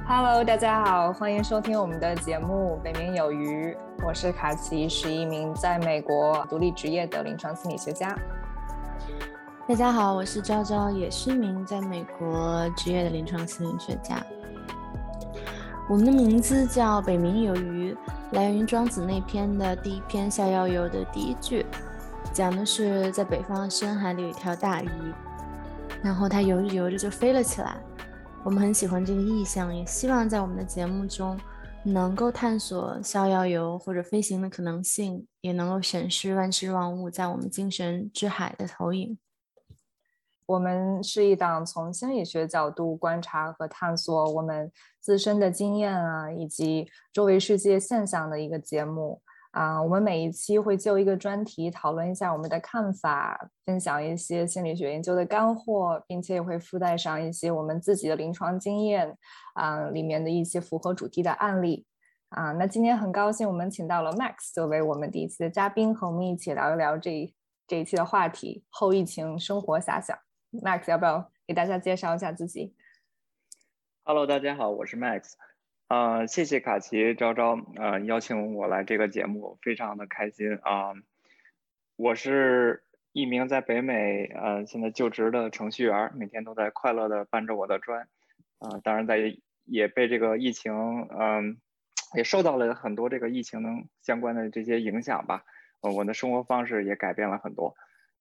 Hello，大家好，欢迎收听我们的节目《北冥有鱼》，我是卡奇，是一名在美国独立职业的临床心理学家。 大家好，我是昭昭，也是一名在美国职业的临床心理学家。我们的名字叫北冥有鱼，来源于庄子那篇的第一篇《逍遥游》的第一句，讲的是在北方的深海里有一条大鱼，然后它游着游着就飞了起来。我们很喜欢这个意象，也希望在我们的节目中能够探索逍遥游或者飞行的可能性，也能够审视万事万物在我们精神之海的投影。 我们是一档从心理学角度观察和探索我们自身的经验以及周围世界现象的一个节目。我们每一期会就一个专题讨论一下我们的看法，分享一些心理学研究的干货，并且也会附带上一些我们自己的临床经验里面的一些符合主题的案例。那今天很高兴我们请到了 Max 作为我们第一期的嘉宾，和我们一起聊一聊这一期的话题：后疫情生活遐想。Max 要不要给大家介绍一下自己？ Hello， 大家好，我是 Max。谢谢卡奇、昭昭邀请我来这个节目，非常的开心我是一名在北美现在就职的程序员，每天都在快乐的搬着我的砖当然也被这个疫情也受到了很多这个疫情相关的这些影响吧。我的生活方式也改变了很多，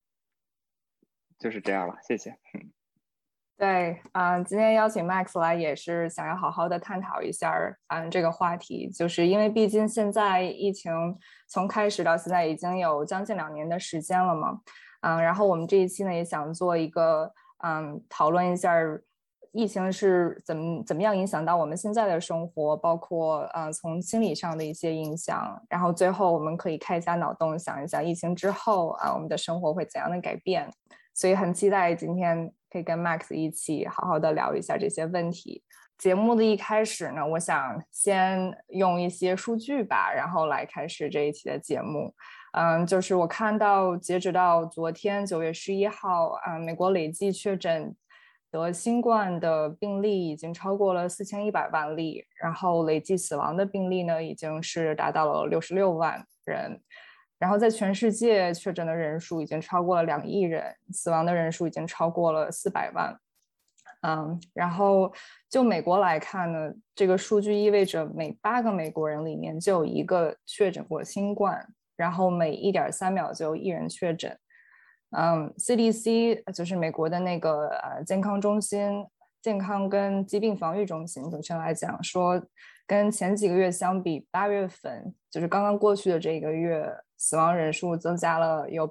就是这样了，谢谢。 对，今天邀请 Max 来也是想要好好的探讨一下这个话题，就是因为毕竟现在疫情从开始到现在已经有将近2年的时间了嘛，然后我们这一期呢也想做一个讨论一下疫情是怎么样影响到我们现在的生活，包括从心理上的一些影响，然后最后我们可以开一下脑洞，想一下疫情之后我们的生活会怎样的改变。所以很期待今天可以跟 Max 一起好好的聊一下这些问题。节目的一开始呢，我想先用一些数据吧，然后来开始这一期的节目。就是我看到截止到昨天9月11号，美国累计确诊得新冠的病例已经超过了4100万例，然后累计死亡的病例呢，已经是达到了66万人。然后在全世界确诊的人数已经超过了2亿人，死亡的人数已经超过了400万。然后就美国来看呢，这个数据意味着每8个美国人里面就有1个确诊过新冠，然后每1.3秒就有1人确诊。CDC 就是美国的那个健康中心、健康跟疾病防御中心，总称来讲说，跟前几个月相比，8月份就是刚刚过去的这个月，死亡人数增加了有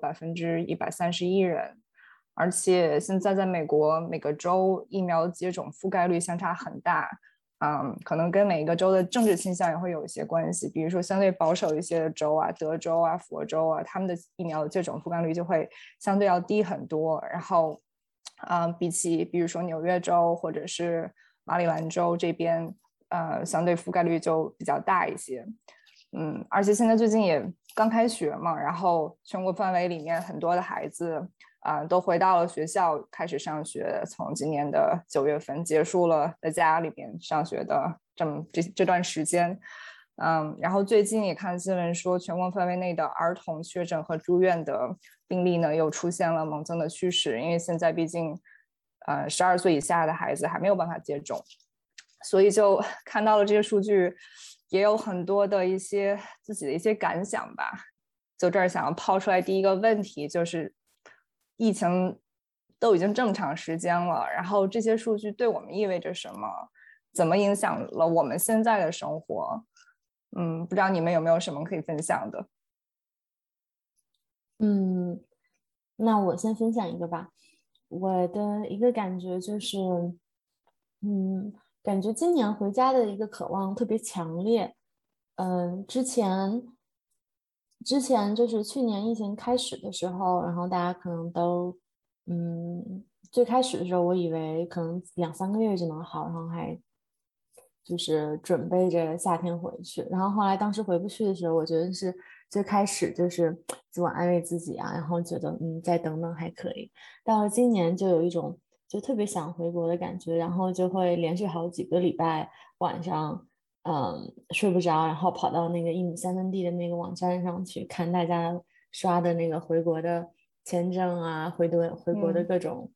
131%人，而且现在在美国每个州疫苗接种覆盖率相差很大。可能跟每一个州的政治倾向也会有一些关系，比如说相对保守一些的州德州佛州他们的疫苗的接种覆盖率就会相对要低很多。然后比起比如说纽约州或者是马里兰州这边相对覆盖率就比较大一些。而且现在最近也刚开学嘛，然后全国范围里面很多的孩子都回到了学校开始上学，从今年的9月份结束了在家里面上学的这段时间。然后最近也看新闻说，全国范围内的儿童确诊和住院的病例呢又出现了猛增的趋势，因为现在毕竟12岁以下的孩子还没有办法接种，所以就看到了这些数据，也有很多的一些自己的一些感想吧。就这儿想要抛出来第一个问题，就是疫情都已经这么长时间了，然后这些数据对我们意味着什么？怎么影响了我们现在的生活？不知道你们有没有什么可以分享的？ 那我先分享一个吧。我的一个感觉就是，感觉今年回家的一个渴望特别强烈。之前就是去年疫情开始的时候，然后大家可能都，最开始的时候我以为可能2、3个月就能好，然后还就是准备着夏天回去，然后后来当时回不去的时候，我觉得是最开始就是自我安慰自己然后觉得再等等还可以。到了今年就有一种就特别想回国的感觉，然后就会连续好几个礼拜晚上，睡不着，然后跑到那个1亩3分地的那个网站上去看大家刷的那个回国的签证啊，回国的各种，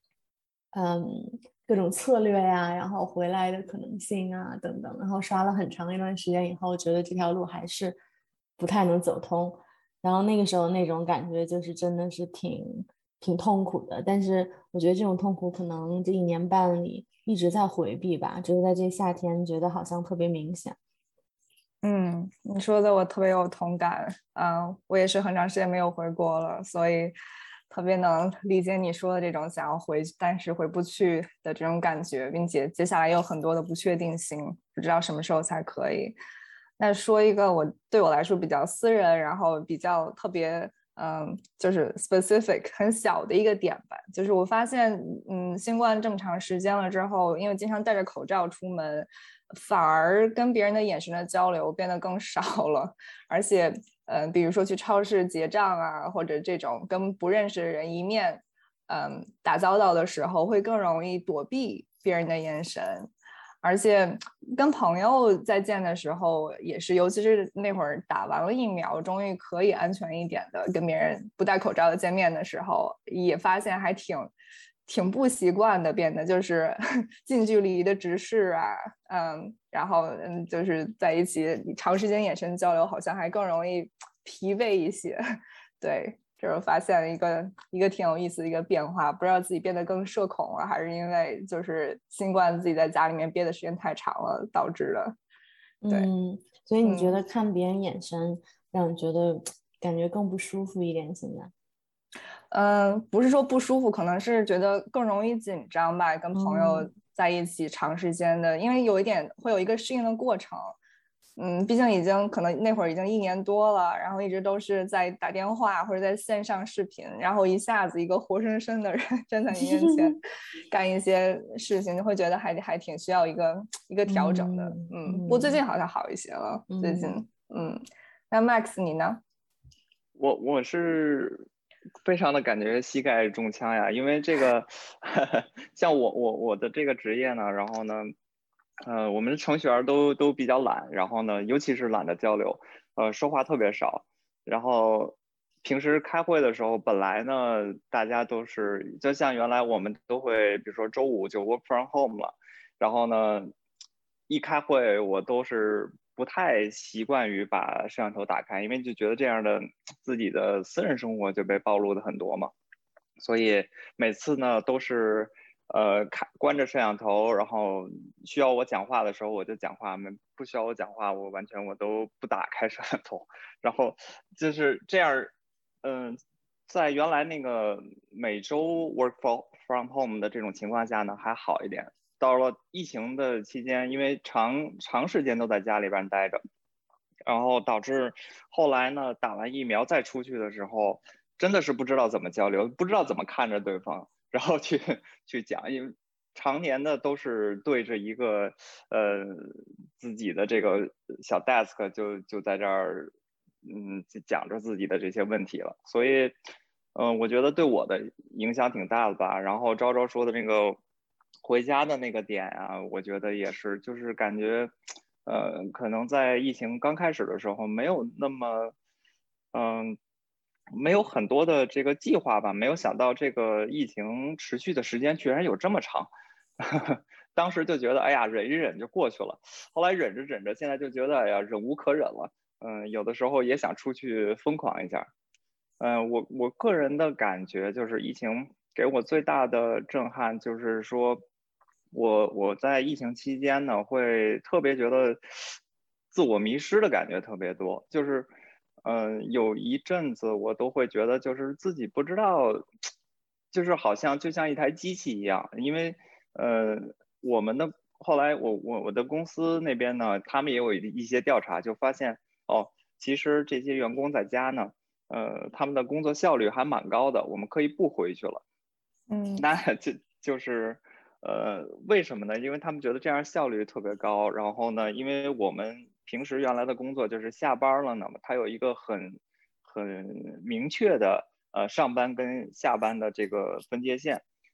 各种策略呀，然后回来的可能性啊等等，然后刷了很长一段时间以后，觉得这条路还是不太能走通，然后那个时候那种感觉就是真的是挺痛苦的，但是我觉得这种痛苦可能这1年半里一直在回避吧，就是在这夏天觉得好像特别明显。 你说的我特别有同感。我也是很长时间没有回国了，所以特别能理解你说的这种想要回但是回不去的这种感觉，并且接下来有很多的不确定性，不知道什么时候才可以。那说一个对我来说比较私人，然后比较特别，就是 specific 很小的一个点吧，就是我发现，新冠这么长时间了之后，因为经常戴着口罩出门，反而跟别人的眼神的交流变得更少了，而且，比如说去超市结账啊，或者这种跟不认识的人一面，打交道的时候，会更容易躲避别人的眼神。而且跟朋友再见的时候也是，尤其是那会儿打完了疫苗，终于可以安全一点的跟别人不戴口罩的见面的时候，也发现还挺不习惯的，变得就是近距离的直视啊，然后就是在一起长时间眼神交流，好像还更容易疲惫一些，对。就是发现了一个挺有意思的一个变化，不知道自己变得更社恐了，还是因为就是新冠自己在家里面憋的时间太长了导致的。对， 所以你觉得看别人眼神让你觉得感觉更不舒服一点？现在？ 不是说不舒服，可能是觉得更容易紧张吧，跟朋友嗯在一起长时间的，因为有一点会有一个适应的过程。毕竟已经可能那会儿已经1年多了，然后一直都是在打电话或者在线上视频，然后一下子一个活生生的人站在你面前干一些事情，你会觉得还挺需要一个调整的。不过最近好像好一些了，最近。那 Max 你呢？ 我是非常的感觉膝盖中枪呀，因为这个像我的这个职业呢，然后呢，我们程序员都比较懒，然后呢，尤其是懒得交流，说话特别少，然后平时开会的时候，本来呢大家都是就像原来我们都会，比如说周五就 work from home 了，然后呢，一开会我都是不太习惯于把摄像头打开，因为就觉得这样的自己的私人生活就被暴露的很多嘛，所以每次呢都是关着摄像头，然后需要我讲话的时候我就讲话，不需要我讲话我都不打开摄像头，然后就是这样，在原来那个每周 work from home 的这种情况下呢还好一点，到了疫情的期间，因为长时间都在家里边待着，然后导致后来呢，打完疫苗再出去的时候，真的是不知道怎么交流，不知道怎么看着对方，然后去讲，因为常年的都是对着一个自己的这个小 desk 就在这儿讲着自己的这些问题了，所以我觉得对我的影响挺大的吧。然后昭昭说的那个回家的那个点啊，我觉得也是，就是感觉可能在疫情刚开始的时候没有那么嗯。没有很多的这个计划吧，没有想到这个疫情持续的时间居然有这么长，当时就觉得哎呀忍一忍就过去了，后来忍着忍着，现在就觉得哎呀忍无可忍了，有的时候也想出去疯狂一下，我个人的感觉就是疫情给我最大的震撼就是说，我在疫情期间呢，会特别觉得自我迷失的感觉特别多，就是，有一阵子我都会觉得就是自己不知道，就是好像就像一台机器一样，因为我们的后来我的公司那边呢，他们也有一些调查，就发现哦，其实这些员工在家呢。他们的工作效率还蛮高的，我们可以不回去了。 嗯那就是为什么呢？因为他们觉得这样效率特别高。然后呢，因为我们平时原来的工作就是下班了呢，它有一个很明确的上班跟下班的这个分界线。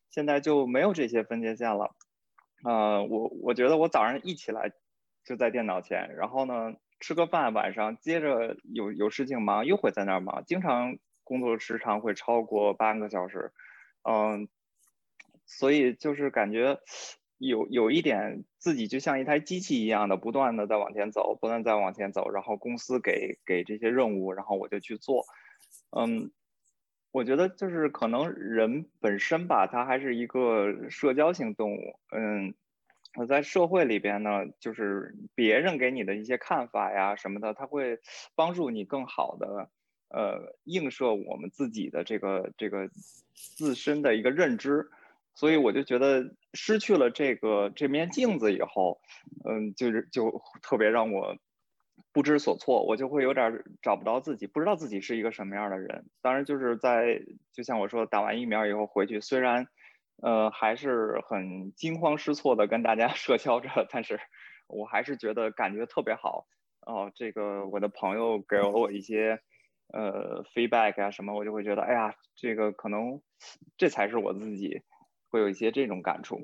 现在就没有这些分界线了。我觉得我早上一起来就在电脑前，然后呢吃个饭，晚上接着有事情忙，又会在那儿忙，经常工作时长会超过8个小时。所以就是感觉有一点自己就像一台机器一样的，不断的在往前走，不断在往前走，然后公司给这些任务，然后我就去做。我觉得就是可能人本身吧，他还是一个社交性动物。我在社会里边呢，就是别人给你的一些看法呀什么的，他会帮助你更好的映射我们自己的这个自身的一个认知。所以我就觉得失去了这面镜子以后，就特别让我不知所措，我就会有点找不着自己，不知道自己是一个什么样的人。当然，就是就像我说，打完疫苗以后回去，虽然还是很惊慌失措的跟大家社交着，但是我还是觉得感觉特别好。这个我的朋友给了我一些feedback 啊什么，我就会觉得，哎呀，这个可能这才是我自己，会有一些这种感触。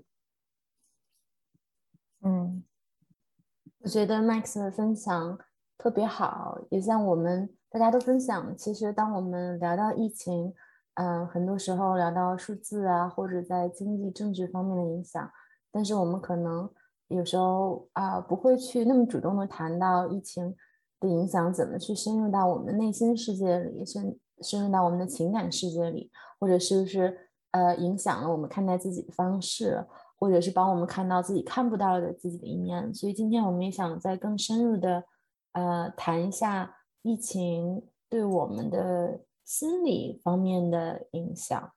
我觉得 Max 的分享特别好，也像我们大家都分享，其实当我们聊到疫情，很多时候聊到数字啊，或者在经济政治方面的影响，但是我们可能有时候不会去那么主动的谈到疫情的影响怎么去深入到我们的内心世界里，深入到我们的情感世界里，或者是不是影响了我们看待自己的方式。或者是帮我们看到自己看不到的自己的一面。所以今天我们也想再更深入的谈一下疫情对我们的心理方面的影响。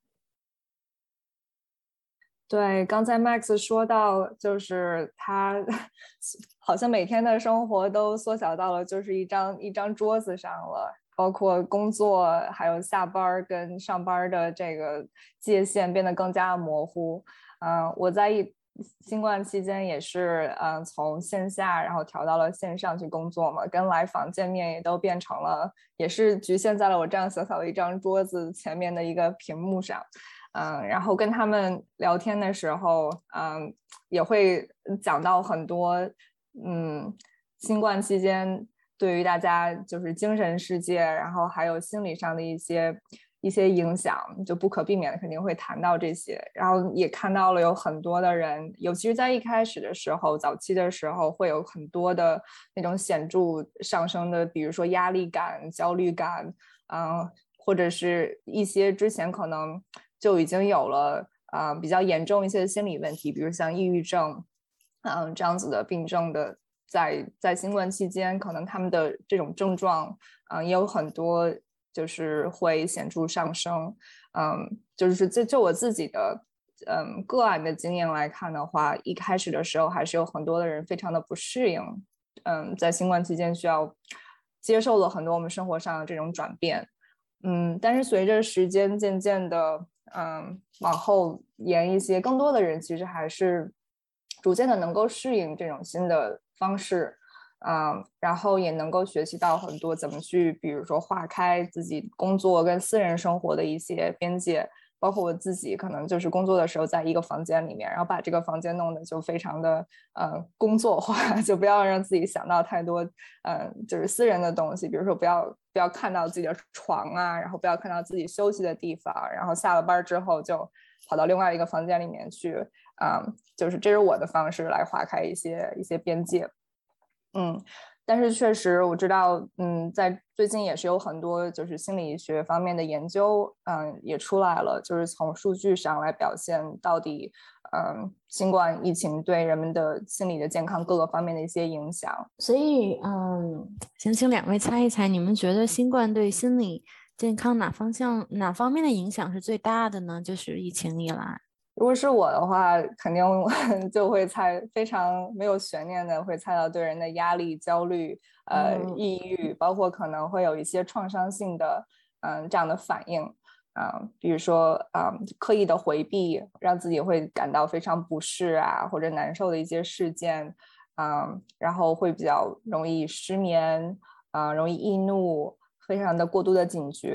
对，刚才 Max 说到，就是他好像每天的生活都缩小到了就是一张桌子上了，包括工作还有下班跟上班的这个界限变得更加模糊。我在新冠期间也是从线下然后调到了线上去工作嘛，跟来访见面也都变成了，也是局限在了我这样小小的一张桌子前面的一个屏幕上。然后跟他们聊天的时候，也会讲到很多，新冠期间对于大家就是精神世界，然后还有心理上的一些影响，就不可避免的肯定会谈到这些。然后也看到了有很多的人，尤其是在一开始的时候，早期的时候，会有很多的那种显著上升的，比如说压力感、焦虑感，或者是一些之前可能就已经有了比较严重一些的心理问题，比如像抑郁症，这样子的病症的，在新冠期间，可能他们的这种症状，也有很多就是会显著上升。就是就我自己的个案的经验来看的话，一开始的时候还是有很多的人非常的不适应，在新冠期间需要接受了很多我们生活上的这种转变。但是随着时间渐渐的，往后延一些，更多的人其实还是逐渐的能够适应这种新的方式，然后也能够学习到很多怎么去，比如说划开自己工作跟私人生活的一些边界。包括我自己可能就是工作的时候在一个房间里面，然后把这个房间弄得就非常的工作化，就不要让自己想到太多就是私人的东西，比如说不要看到自己的床啊，然后不要看到自己休息的地方，然后下了班之后就跑到另外一个房间里面去，就是这是我的方式来划开一些边界。但是确实我知道，在最近也是有很多就是心理学方面的研究，也出来了，就是从数据上来表现到底，新冠疫情对人们的心理的健康各个方面的一些影响。 所以，想请两位猜一猜，你们觉得新冠对心理健康哪方面的影响是最大的呢？就是疫情以来。 如果是我的话，肯定就会猜，非常没有悬念的会猜到对人的压力、焦虑、抑郁，包括可能会有一些创伤性的这样的反应，比如说刻意的回避，让自己会感到非常不适啊或者难受的一些事件，然后会比较容易失眠，容易易怒，非常的过度的警觉，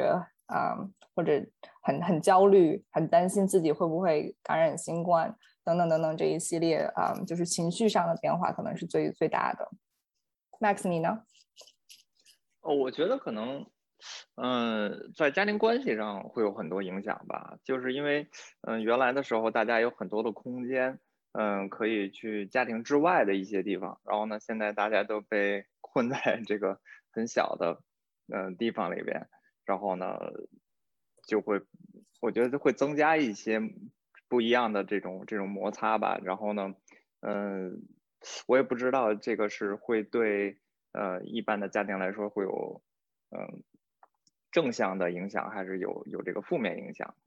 或者很焦虑，很担心自己会不会感染新冠等等等等这一系列就是情绪上的变化可能是最大的。Max 你呢？ 我觉得可能在家庭关系上会有很多影响吧，就是因为原来的时候大家有很多的空间，可以去家庭之外的一些地方，然后呢现在大家都被困在这个很小的地方里边，然后呢就会我觉得会增加一些不一样的这种摩擦吧，然后呢我也不知道这个是会对一般的家庭来说会有正向的影响，还是有这个负面影响。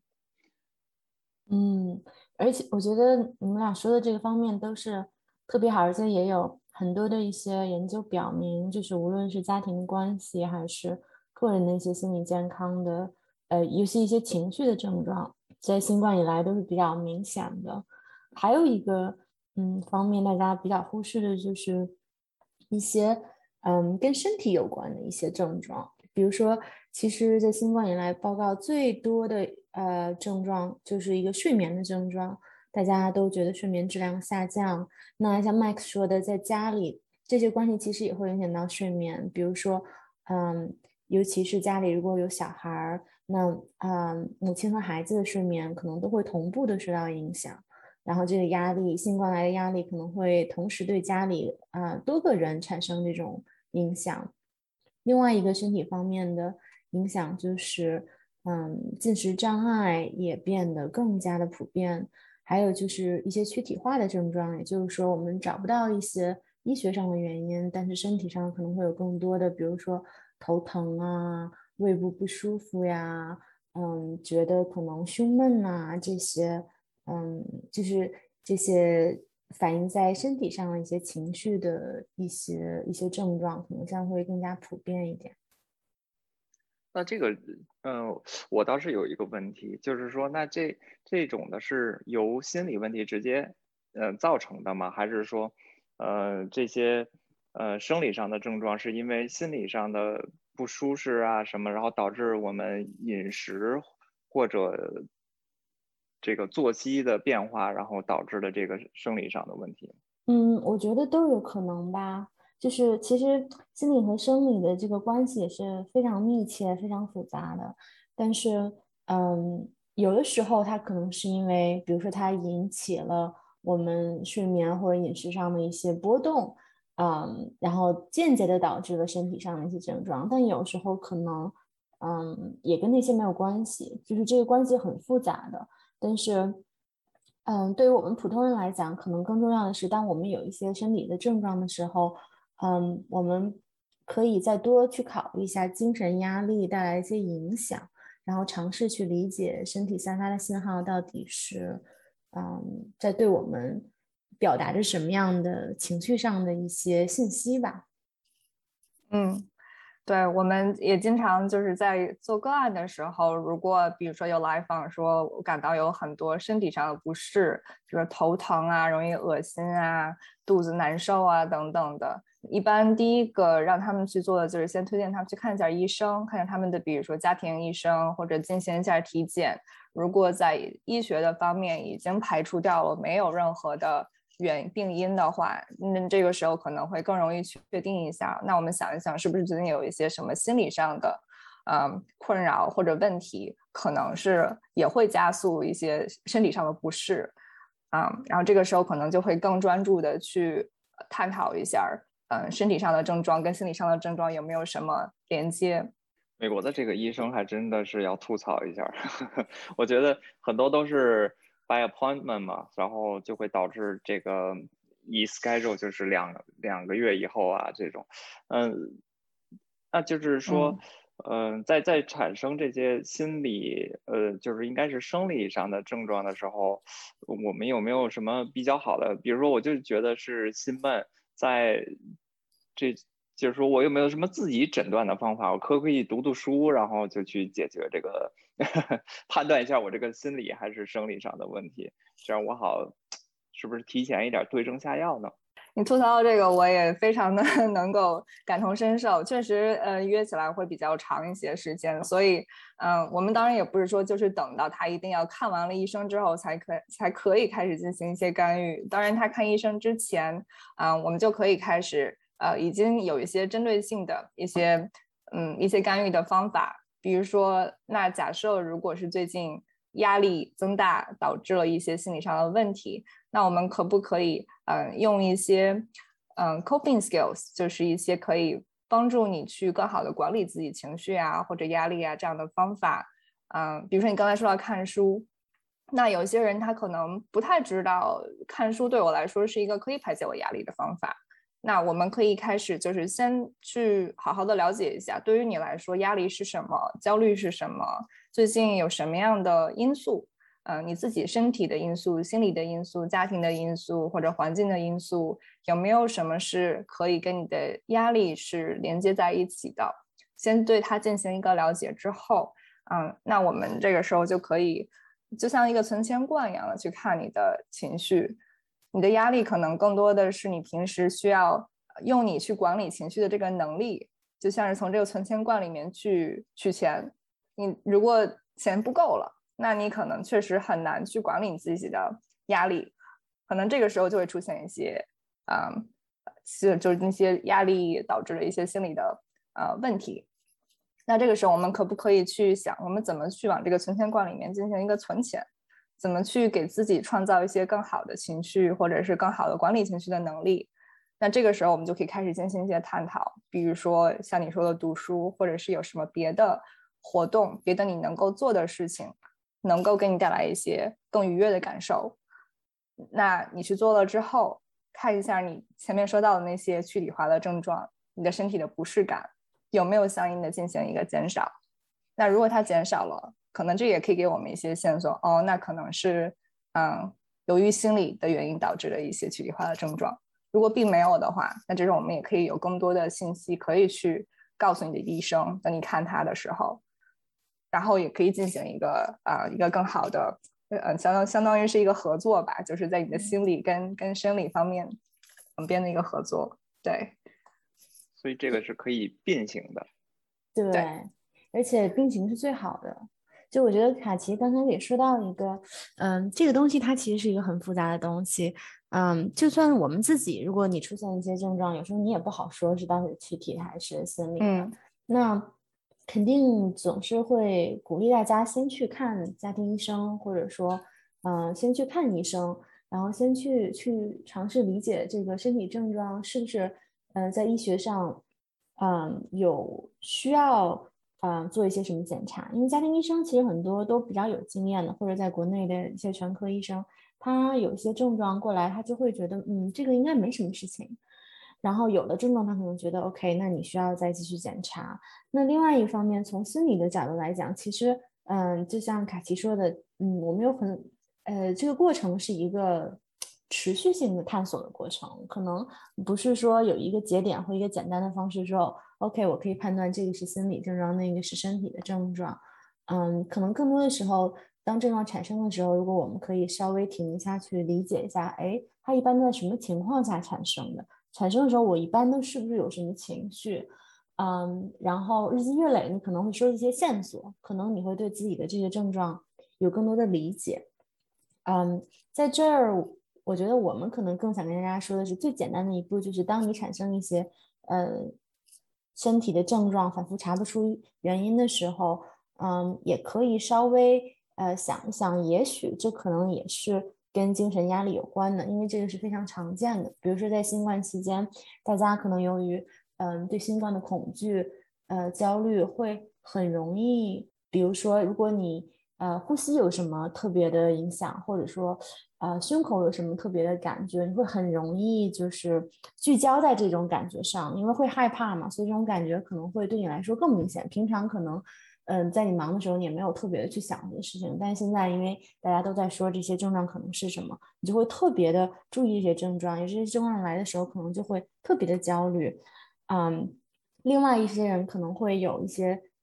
而且我觉得你们俩说的这个方面都是特别好，而且也有很多的一些研究表明，就是无论是家庭关系还是个人的一些心理健康的，尤其一些情绪的症状，在新冠以来都是比较明显的。还有一个方面，大家比较忽视的就是一些跟身体有关的一些症状，比如说，其实在新冠以来报告最多的症状就是一个睡眠的症状，大家都觉得睡眠质量下降。那像 Max 说的，在家里这些关系其实也会影响到睡眠，比如说尤其是家里如果有小孩，那母亲和孩子的睡眠可能都会同步的受到影响。然后这个压力，新冠来的压力可能会同时对家里多个人产生这种影响。另外一个身体方面的影响就是，进食障碍也变得更加的普遍，还有就是一些躯体化的症状，也就是说我们找不到一些医学上的原因，但是身体上可能会有更多的，比如说头疼啊、胃部不舒服呀，觉得可能胸闷呐这些。就是这些反映在身体上的一些情绪的一些症状，可能将会更加普遍一点。 那这个，我倒是有一个问题，就是说，那这种的是由心理问题直接造成的吗？还是说，这些生理上的症状是因为心理上的不舒适啊什么，然后导致我们饮食或者这个作息的变化，然后导致的这个生理上的问题？ 我觉得都有可能吧。就是其实心理和生理的这个关系也是非常密切、非常复杂的。但是，有的时候它可能是因为，比如说它引起了我们睡眠或者饮食上的一些波动，然后间接的导致了身体上的一些症状。但有时候可能，也跟那些没有关系，就是这个关系很复杂的。但是，对于我们普通人来讲，可能更重要的是，当我们有一些生理的症状的时候，我们可以再多去考虑一下精神压力带来一些影响，然后尝试去理解身体散发的信号到底是，在对我们表达着什么样的情绪上的一些信息吧。 嗯，对，我们也经常就是在做个案的时候，如果比如说有来访说我感到有很多身体上的不适，比如说头疼啊、容易恶心啊、肚子难受啊等等的，一般第一个让他们去做的就是先推荐他们去看一下医生，看看他们的比如说家庭医生，或者进行一下体检。如果在医学的方面已经排除掉了没有任何的病因的话，这个时候可能会更容易确定一下。那我们想一想，是不是最近有一些什么心理上的困扰或者问题，可能是也会加速一些身体上的不适然后这个时候可能就会更专注的去探讨一下身体上的症状跟心理上的症状有没有什么连接。 美国的这个医生还真的是要吐槽一下，我觉得很多都是 by appointment 嘛，然后就会导致这个一 schedule 就是两个月以后啊这种，嗯，那就是说，在产生这些心理就是应该是生理上的症状的时候，我们有没有什么比较好的？比如说，我就觉得是心闷，在这就是说我有没有什么自己诊断的方法？我可不可以读读书，然后就去解决这个判断一下我这个心理还是生理上的问题，这样我好是不是提前一点对症下药呢？ 你吐槽到这个，我也非常的能够感同身受。确实，约起来会比较长一些时间，所以，我们当然也不是说就是等到他一定要看完了医生之后才可以开始进行一些干预。当然，他看医生之前，我们就可以开始，已经有一些针对性的一些干预的方法。比如说，那假设如果是最近压力增大导致了一些心理上的问题，那我们可不可以用一些coping skills， 就是一些可以帮助你去更好的管理自己情绪啊或者压力啊这样的方法。比如说你刚才说到看书，那有些人他可能不太知道看书对我来说是一个可以排解我压力的方法。那我们可以开始就是先去好好的了解一下，对于你来说压力是什么，焦虑是什么，最近有什么样的因素，你自己身体的因素、心理的因素、家庭的因素或者环境的因素，有没有什么是可以跟你的压力是连接在一起的，先对它进行一个了解之后，那我们这个时候就可以就像一个存钱罐一样的去看你的情绪。你的压力可能更多的是你平时需要用你去管理情绪的这个能力，就像是从这个存钱罐里面去取钱。你如果钱不够了，那你可能确实很难去管理你自己的压力，可能这个时候就会出现一些就是那些压力导致的一些心理的问题。那这个时候我们可不可以去想，我们怎么去往这个存钱罐里面进行一个存钱，怎么去给自己创造一些更好的情绪，或者是更好的管理情绪的能力。那这个时候我们就可以开始进行一些探讨，比如说像你说的读书，或者是有什么别的活动，别的你能够做的事情，能够给你带来一些更愉悦的感受。那你去做了之后，看一下你前面说到的那些躯体化的症状，你的身体的不适感有没有相应的进行一个减少。那如果它减少了，可能这也可以给我们一些线索，那可能是由于心理的原因导致的一些躯体化的症状。如果并没有的话，那这种我们也可以有更多的信息可以去告诉你的医生，等你看他的时候，然后也可以进行一个更好的相当于是一个合作吧，就是在你的心理跟生理方面两边的一个合作。对， 所以这个是可以并行的。 对，而且并行是最好的。就我觉得卡奇刚才也说到一个，这个东西它其实是一个很复杂的东西，就算我们自己，如果你出现一些症状，有时候你也不好说是到底躯体还是心理的，那肯定总是会鼓励大家先去看家庭医生，或者说，先去看医生，然后先去尝试理解这个身体症状是不是，在医学上，有需要。做一些什么检查？因为家庭医生其实很多都比较有经验的，或者在国内的一些全科医生，他有一些症状过来，他就会觉得，这个应该没什么事情。然后有的症状，他可能觉得 OK，那你需要再继续检查。那另外一方面，从心理的角度来讲，其实，就像卡奇说的，我们有这个过程是一个持续性的探索的过程，可能不是说有一个节点或一个简单的方式之后 OK， 我可以判断这个是心理症状，那个是身体的症状。可能更多的时候，当症状产生的时候，如果我们可以稍微停一下去理解一下，哎，它一般在什么情况下产生的？产生的时候，我一般都是不是有什么情绪？然后日积月累，你可能会收一些线索，可能你会对自己的这些症状有更多的理解。在这儿，我觉得我们可能更想跟大家说的是，最简单的一步就是当你产生一些身体的症状反复查不出原因的时候，也可以稍微想一想，也许这可能也是跟精神压力有关的，因为这个是非常常见的。比如说在新冠期间，大家可能由于对新冠的恐惧、焦虑，会很容易，比如说如果你呼吸有什么特别的影响，或者说胸口有什么特别的感觉，你会很容易就是聚焦在这种感觉上，因为会害怕嘛，所以这种感觉可能会对你来说更明显。平常可能在你忙的时候你也没有特别的去想这个事情，但是现在因为大家都在说这些症状可能是什么，你就会特别的注意这些症状，有这些症状来的时候可能就会特别的焦虑。另外一些人可能会有一些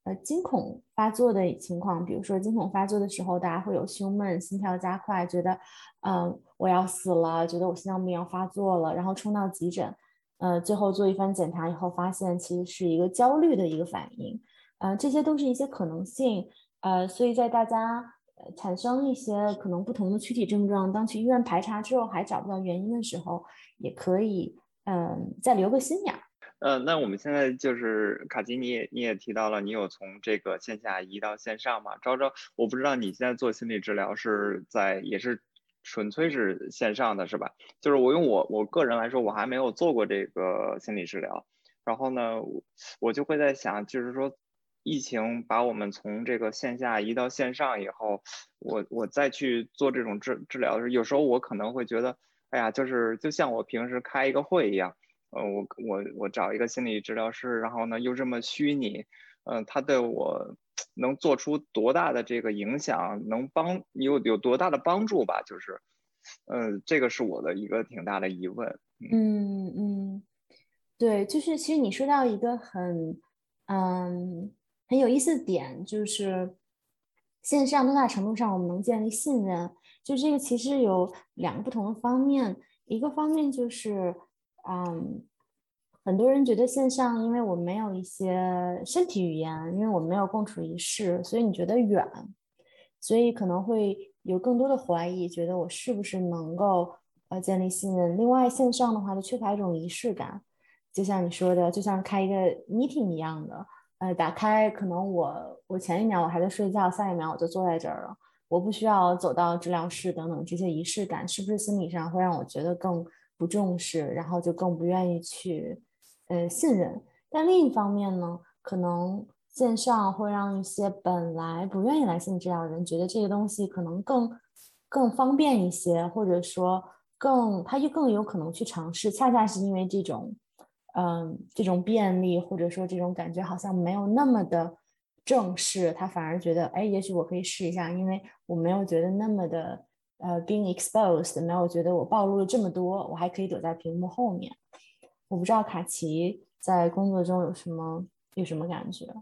惊恐发作的情况，比如说惊恐发作的时候，大家会有胸闷、心跳加快，觉得我要死了，觉得我心脏病要发作了，然后冲到急诊，最后做一番检查以后，发现其实是一个焦虑的一个反应，这些都是一些可能性，所以在大家产生一些可能不同的躯体症状，当去医院排查之后还找不到原因的时候，也可以再留个心眼。 那我们现在就是卡奇，你也提到了，你有从这个线下移到线上嘛？昭昭，我不知道你现在做心理治疗也是纯粹是线上的是吧？就是用我个人来说，我还没有做过这个心理治疗，然后呢，我就会在想，就是说，疫情把我们从这个线下移到线上以后，我再去做这种治疗的时候，有时候我可能会觉得，哎呀，就像我平时开一个会一样。我找一个心理治疗师，然后呢又这么虚拟，他对我能做出多大的这个影响，有多大的帮助吧？就是，这个是我的一个挺大的疑问。 对，就是其实你说到一个很有意思的点，就是线上多大程度上我们能建立信任，就这个其实有两个不同的方面，一个方面就是很多人觉得线上，因为我没有一些身体语言，因为我没有共处一室，所以你觉得远，所以可能会有更多的怀疑，觉得我是不是能够建立信任。另外，线上的话就缺乏一种仪式感，就像你说的，就像开一个 meeting 一样的，打开可能我前一秒我还在睡觉，下一秒我就坐在这儿了，我不需要走到治疗室等等这些仪式感，是不是心理上会让我觉得更不重视，然后就更不愿意去信任？但另一方面呢，可能线上会让一些本来不愿意来心理治疗的人觉得这个东西可能更方便一些，或者说他就更有可能去尝试，恰恰是因为这种便利，或者说这种感觉好像没有那么的正式，他反而觉得，哎，也许我可以试一下，因为我没有觉得那么的being exposed，没有觉得我暴露了这么多，我还可以躲在屏幕后面。我不知道卡奇在工作中有什么感觉。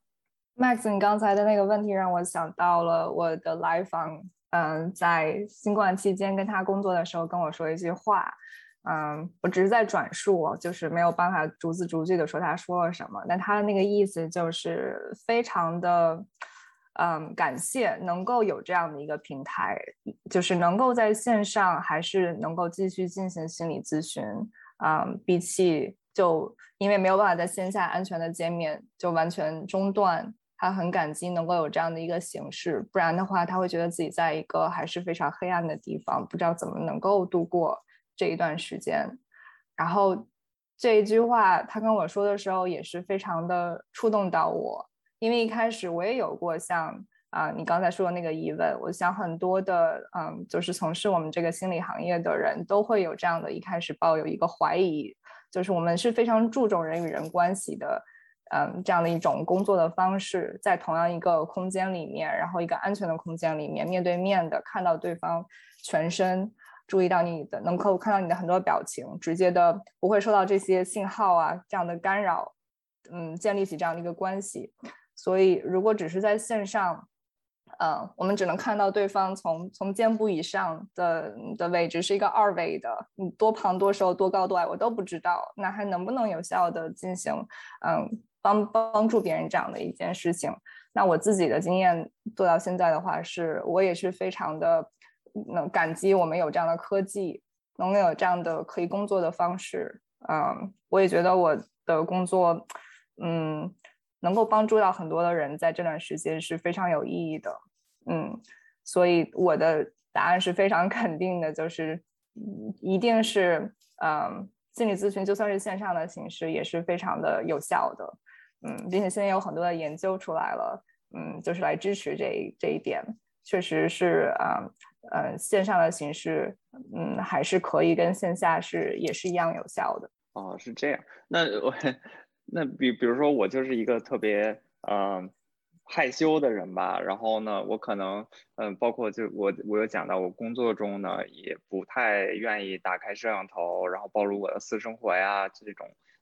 Max，你刚才的那个问题让我想到了我的来访，在新冠期间跟他工作的时候跟我说一句话，我只是在转述，就是没有办法逐字逐句的说他说了什么，但他的那个意思就是非常的，感谢能够有这样的一个平台，就是能够在线上还是能够继续进行心理咨询，比起就因为没有办法在线下安全的见面，就完全中断。他很感激能够有这样的一个形式，不然的话，他会觉得自己在一个还是非常黑暗的地方，不知道怎么能够度过这一段时间。然后这一句话他跟我说的时候，也是非常的触动到我，因为一开始我也有过像你刚才说的那个疑问，我想很多的就是从事我们这个心理行业的人都会有这样的，一开始抱有一个怀疑，就是我们是非常注重人与人关系的。这样的一种工作的方式，在同样一个空间里面，然后一个安全的空间里面，面对面的看到对方全身，注意到你的，能够看到你的很多表情，直接的不会受到这些信号啊这样的干扰，建立起这样的一个关系。所以，如果只是在线上，我们只能看到对方从肩部以上的位置是一个二维的，你多胖多瘦多高多矮我都不知道，那还能不能有效的进行帮助别人这样的一件事情？那我自己的经验做到现在的话，我也是非常的感激我们有这样的科技，能有这样的可以工作的方式。我也觉得我的工作，能够帮助到很多的人，在这段时间是非常有意义的。所以我的答案是非常肯定的，就是一定是心理咨询就算是线上的形式也是非常的有效的。并且现在有很多的研究出来了，就是来支持这一点，确实是线上的形式，还是可以跟线下也是一样有效的。 哦，是这样。那比如说我就是一个特别害羞的人吧，然后呢，我可能包括就我有讲到我工作中呢也不太愿意打开摄像头，然后暴露我的私生活呀这种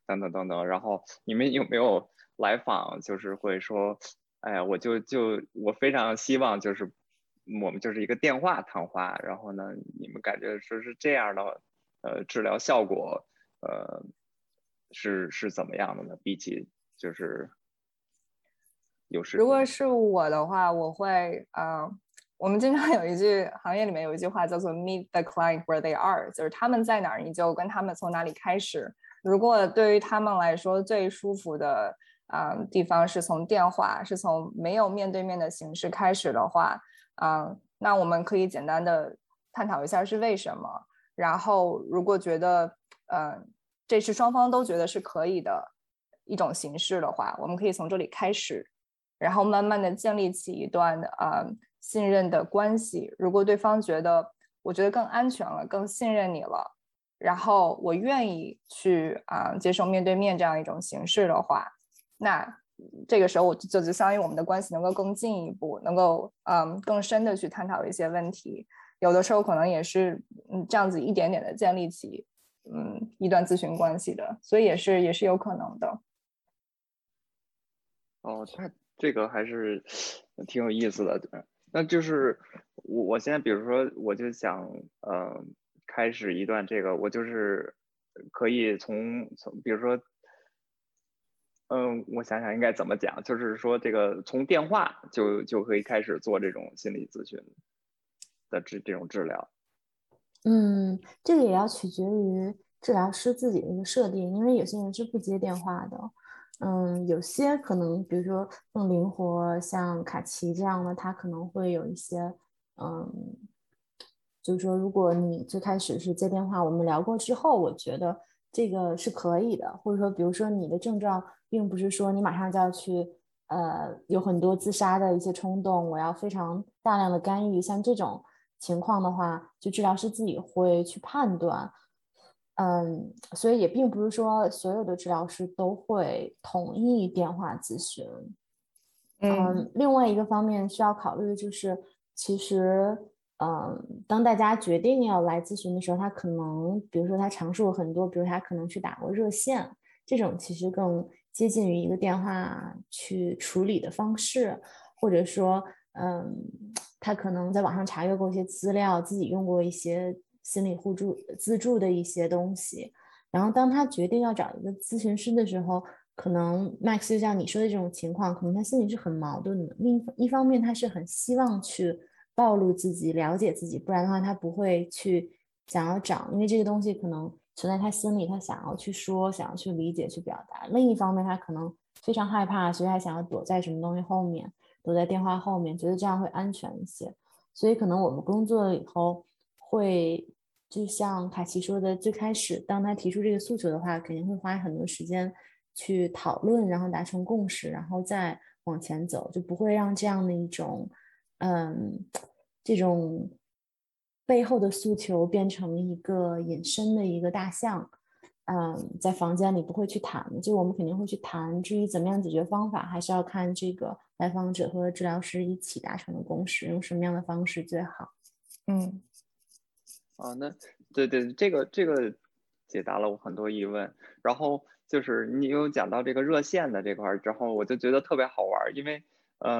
等等等等。然后你们有没有来访就是会说，哎呀，我非常希望就是我们就是一个电话谈话，然后呢，你们感觉说是这样的治疗效果是怎么样的呢？比起就是有视频。 如果是我的话，我会我们经常有一句行业里面有一句话叫做 meet the client where they are， 就是他们在哪儿，你就跟他们从哪里开始。如果对于他们来说最舒服的地方是从电话，是从没有面对面的形式开始的话，那我们可以简单的探讨一下是为什么。然后如果觉得这是双方都觉得是可以的一种形式的话，我们可以从这里开始，然后慢慢的建立起一段信任的关系。如果对方觉得我觉得更安全了，更信任你了，然后我愿意去接受面对面这样一种形式的话，那这个时候我就相当于我们的关系能够更进一步，能够更深的去探讨一些问题。有的时候可能也是这样子一点点的建立起一段咨询关系的，所以也是有可能的。 哦，这个还是挺有意思的。那就是我现在比如说我就想开始一段这个，我就是可以从比如说我想想应该怎么讲，就是说这个从电话就可以开始做这种心理咨询的这种治疗。 这个也要取决于治疗师自己的一个设定，因为有些人是不接电话的。有些可能比如说更灵活，像卡奇这样的，他可能会有一些就是说如果你最开始是接电话，我们聊过之后，我觉得这个是可以的。或者说比如说你的症状并不是说你马上就要去有很多自杀的一些冲动，我要非常大量的干预，像这种情况的话，就治疗师自己会去判断。所以也并不是说所有的治疗师都会同意电话咨询。另外一个方面需要考虑的就是，其实，当大家决定要来咨询的时候，他可能，比如说他尝试过很多，比如他可能去打过热线，这种其实更接近于一个电话去处理的方式，或者说，他可能在网上查阅过一些资料，自己用过一些心理互助自助的一些东西，然后当他决定要找一个咨询师的时候，可能 Max 就像你说的这种情况，可能他心里是很矛盾的。另一方面，他是很希望去暴露自己、了解自己，不然的话，他不会去想要找，因为这个东西可能存在他心里，他想要去说、想要去理解、去表达。另一方面，他可能非常害怕，所以他想要躲在什么东西后面，躲在电话后面，觉得这样会安全一些。所以，可能我们工作了以后会。就像卡奇说的，最开始当他提出这个诉求的话，肯定会花很多时间去讨论，然后达成共识，然后再往前走，就不会让这样的一种，这种背后的诉求变成一个隐身的一个大象。在房间里不会去谈，就我们肯定会去谈。至于怎么样解决方法，还是要看这个来访者和治疗师一起达成的共识，用什么样的方式最好。 那对，这个解答了我很多疑问。然后就是你有讲到这个热线的这块之后，我就觉得特别好玩，因为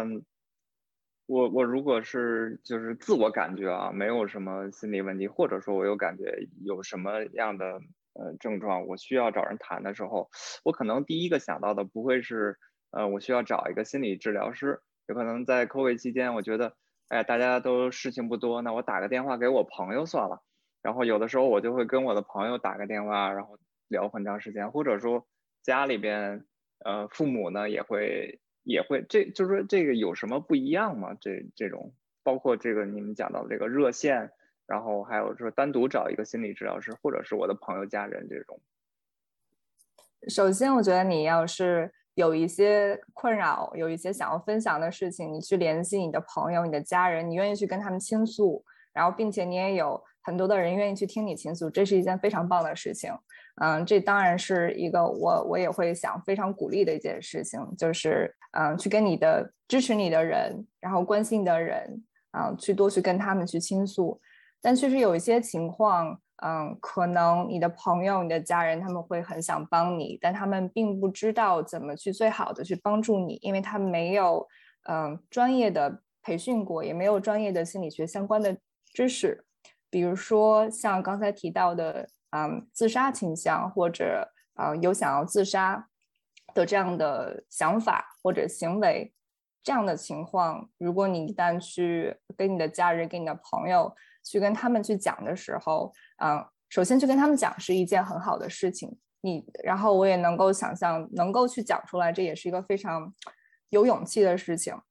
我如果是就是自我感觉没有什么心理问题，或者说我有感觉有什么样的症状，我需要找人谈的时候，我可能第一个想到的不会是我需要找一个心理治疗师，有可能在 COVID 期间，我觉得大家都事情不多，那我打个电话给我朋友算了。然后有的时候我就会跟我的朋友打个电话，然后聊很长时间，或者说家里边父母呢也会，就是说这个有什么不一样吗？这种包括这个你们讲到这个热线，然后还有说单独找一个心理治疗师，或者是我的朋友家人这种。 首先我觉得你要是有一些困扰，有一些想要分享的事情，你去联系你的朋友、你的家人，你愿意去跟他们倾诉，然后并且你也有很多的人愿意去听你倾诉，这是一件非常棒的事情。这当然是一个我也会想非常鼓励的一件事情，就是去跟你的支持你的人，然后关心你的人去多去跟他们去倾诉。但确实有一些情况可能你的朋友、你的家人他们会很想帮你，但他们并不知道怎么去最好的去帮助你，因为他们没有专业的培训过，也没有专业的心理学相关的知识。比如说像刚才提到的自杀倾向，或者有想要自杀的这样的想法或者行为，这样的情况，如果你一旦去跟你的家人、跟你的朋友去跟他们去讲的时候，首先去跟他们讲是一件很好的事情。然后我也能够想象，能够去讲出来，这也是一个非常有勇气的事情。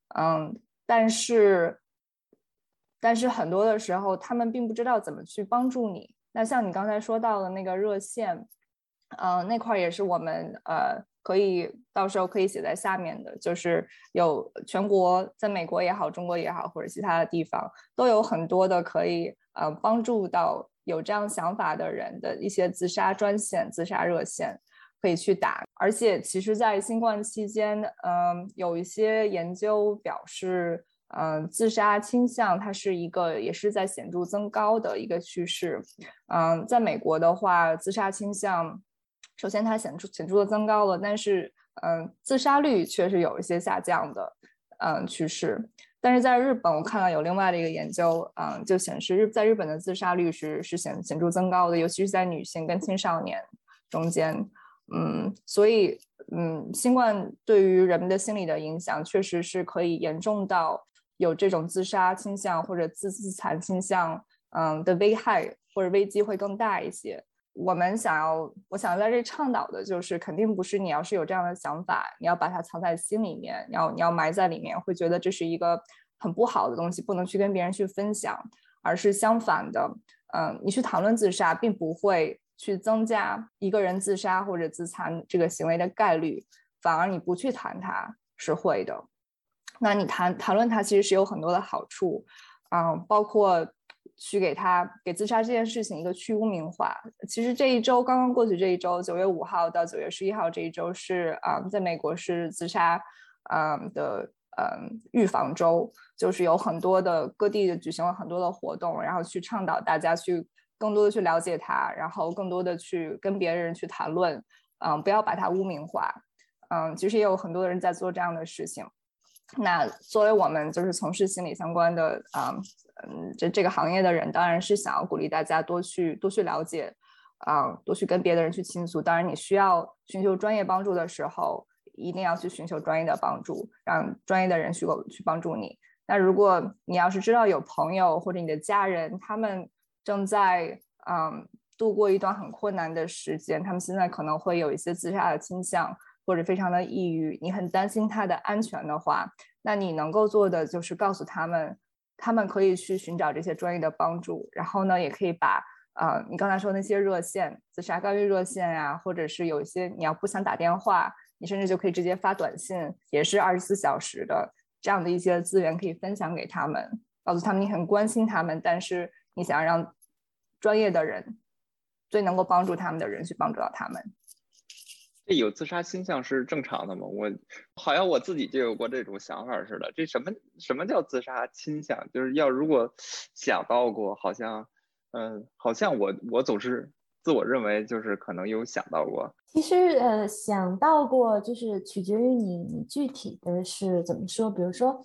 但是很多的时候，他们并不知道怎么去帮助你。那像你刚才说到的那个热线，那块也是我们可以到时候可以写在下面的，就是有全国，在美国也好，中国也好，或者其他的地方，都有很多的可以帮助到有这样想法的人的一些自杀专线、自杀热线可以去打。而且其实在新冠期间，有一些研究表示，自杀倾向它是一个也是在显著增高的一个趋势。在美国的话，自杀倾向首先它显著的增高了，但是自杀率却是有一些下降的趋势。但是在日本，我看到有另外的一个研究，就显示在日本的自杀率是显著增高的，尤其是在女性跟青少年中间。所以新冠对于人们的心理的影响，确实是可以严重到有这种自杀倾向或者自残倾向的危害或者危机会更大一些。我想在这倡导的就是，肯定不是你要是有这样的想法，你要把它藏在心里面，你要埋在里面，会觉得这是一个很不好的东西，不能去跟别人去分享，而是相反的，你去谈论自杀，并不会去增加一个人自杀或者自残这个行为的概率，反而你不去谈它是会的。那你谈论它其实是有很多的好处，包括去给自杀这件事情一个去污名化。其实这一周刚刚过去，这一周9月5号到9月11号这一周是在美国是自杀的预防周，就是有很多的各地举行了很多的活动，然后去倡导大家去更多的去了解它，然后更多的去跟别人去谈论，不要把它污名化。其实也有很多的人在做这样的事情。那作为我们就是从事心理相关的这个行业的人，当然是想要鼓励大家多去了解，多去跟别的人去倾诉。当然你需要寻求专业帮助的时候，一定要去寻求专业的帮助，让专业的人去帮助你。那如果你要是知道有朋友或者你的家人，他们正在度过一段很困难的时间，他们现在可能会有一些自杀的倾向，或者非常的抑郁，你很担心他的安全的话，那你能够做的就是告诉他们，他们可以去寻找这些专业的帮助，然后呢，也可以把你刚才说那些热线，自杀干预热线呀，或者是有一些你要不想打电话，你甚至就可以直接发短信，也是24小时的这样的一些资源可以分享给他们，告诉他们你很关心他们，但是你想让专业的人，最能够帮助他们的人去帮助到他们。 这有自杀倾向是正常的吗？好像我自己就有过这种想法似的。这什么叫自杀倾向？就是如果想到过，好像我总是自我认为就是可能有想到过。 其实想到过就是取决于你具体的是怎么说。比如说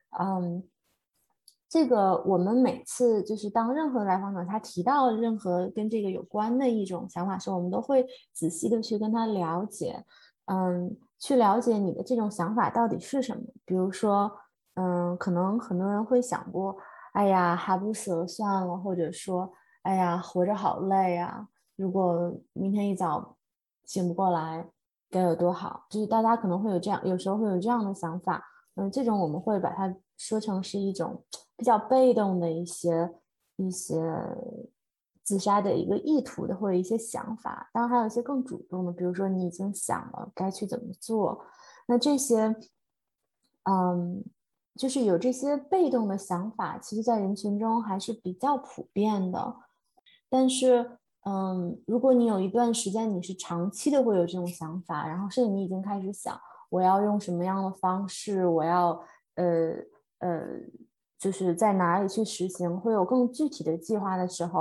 这个我们每次就是当任何来访者他提到任何跟这个有关的一种想法时，我们都会仔细的去跟他了解，去了解你的这种想法到底是什么。比如说，可能很多人会想过，哎呀，还不死了算了，或者说，哎呀，活着好累啊，如果明天一早醒不过来，该有多好。就是大家可能会有这样，有时候会有这样的想法。这种我们会把它说成是一种比较被动的一些自杀的一个意图的或者一些想法。当然还有一些更主动的，比如说你已经想了该去怎么做，那这些就是有这些被动的想法，其实在人群中还是比较普遍的。但是如果你有一段时间你是长期的会有这种想法，然后甚至你已经开始想我要用什么样的方式，我要就是在哪里去实行，会有更具体的计划的时候，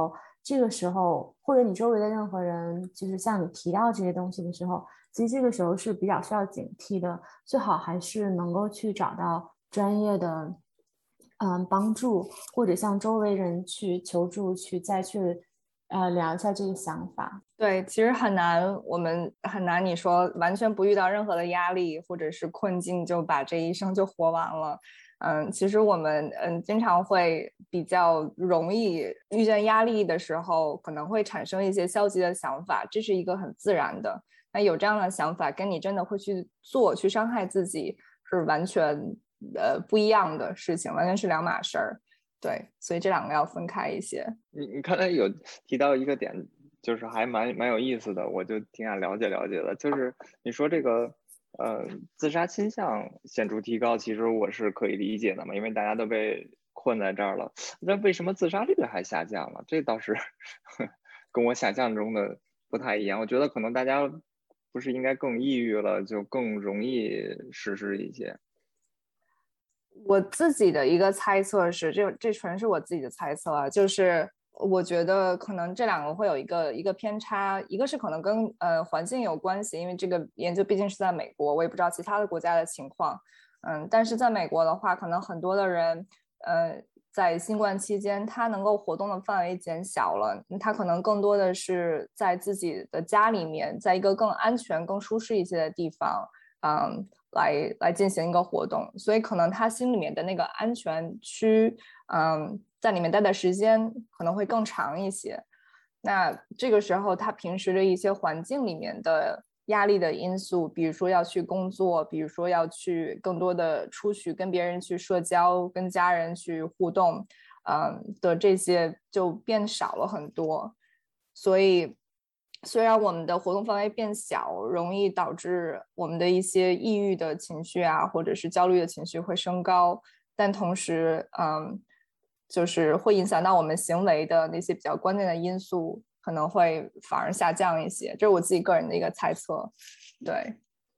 这个时候或者你周围的任何人就是向你提到这些东西的时候，其实这个时候是比较需要警惕的，最好还是能够去找到专业的帮助，或者向周围人去求助，去再去聊一下这个想法。 对，其实很难，我们很难你说完全不遇到任何的压力或者是困境就把这一生就活完了。其实我们经常会比较容易遇见压力的时候，可能会产生一些消极的想法，这是一个很自然的。那有这样的想法，跟你真的会去做、去伤害自己，是完全不一样的事情，完全是两码事儿。对，所以这两个要分开一些。 你刚才有提到一个点，就是还蛮有意思的，我就挺想了解了解的。就是你说这个自杀倾向显著提高，其实我是可以理解的嘛，因为大家都被困在这儿了。那为什么自杀率还下降了？这倒是跟我想象中的不太一样。我觉得可能大家不是应该更抑郁了，就更容易实施一些。 我自己的一个猜测是，这纯是我自己的猜测啊，就是我觉得可能这两个会有一个偏差，一个是可能跟环境有关系，因为这个研究毕竟是在美国，我也不知道其他的国家的情况，但是在美国的话，可能很多的人在新冠期间，他能够活动的范围减小了，他可能更多的是在自己的家里面，在一个更安全、更舒适一些的地方，来进行一个活动，所以可能他心里面的那个安全区，在里面待的时间可能会更长一些。那这个时候，他平时的一些环境里面的压力的因素，比如说要去工作，比如说要去更多的出去跟别人去社交，跟家人去互动，的这些就变少了很多。所以虽然我们的活动范围变小，容易导致我们的一些抑郁的情绪啊，或者是焦虑的情绪会升高，但同时，就是会影响到我们行为的那些比较关键的因素，可能会反而下降一些。这是我自己个人的一个猜测。对，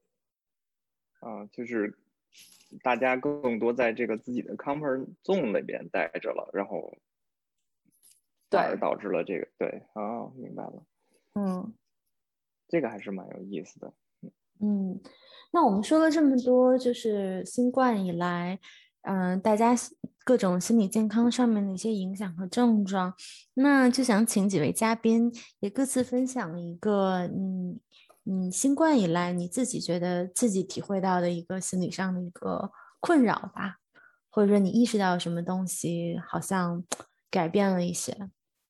就是大家更多在这个自己的 comfort zone 那边待着了，然后反而导致了这个。对，明白了。这个还是蛮有意思的。 那我们说了这么多，就是新冠以来，大家各种心理健康上面的一些影响和症状，那就想请几位嘉宾也各自分享一个，你新冠以来你自己觉得自己体会到的一个心理上的一个困扰吧，或者说你意识到什么东西好像改变了一些。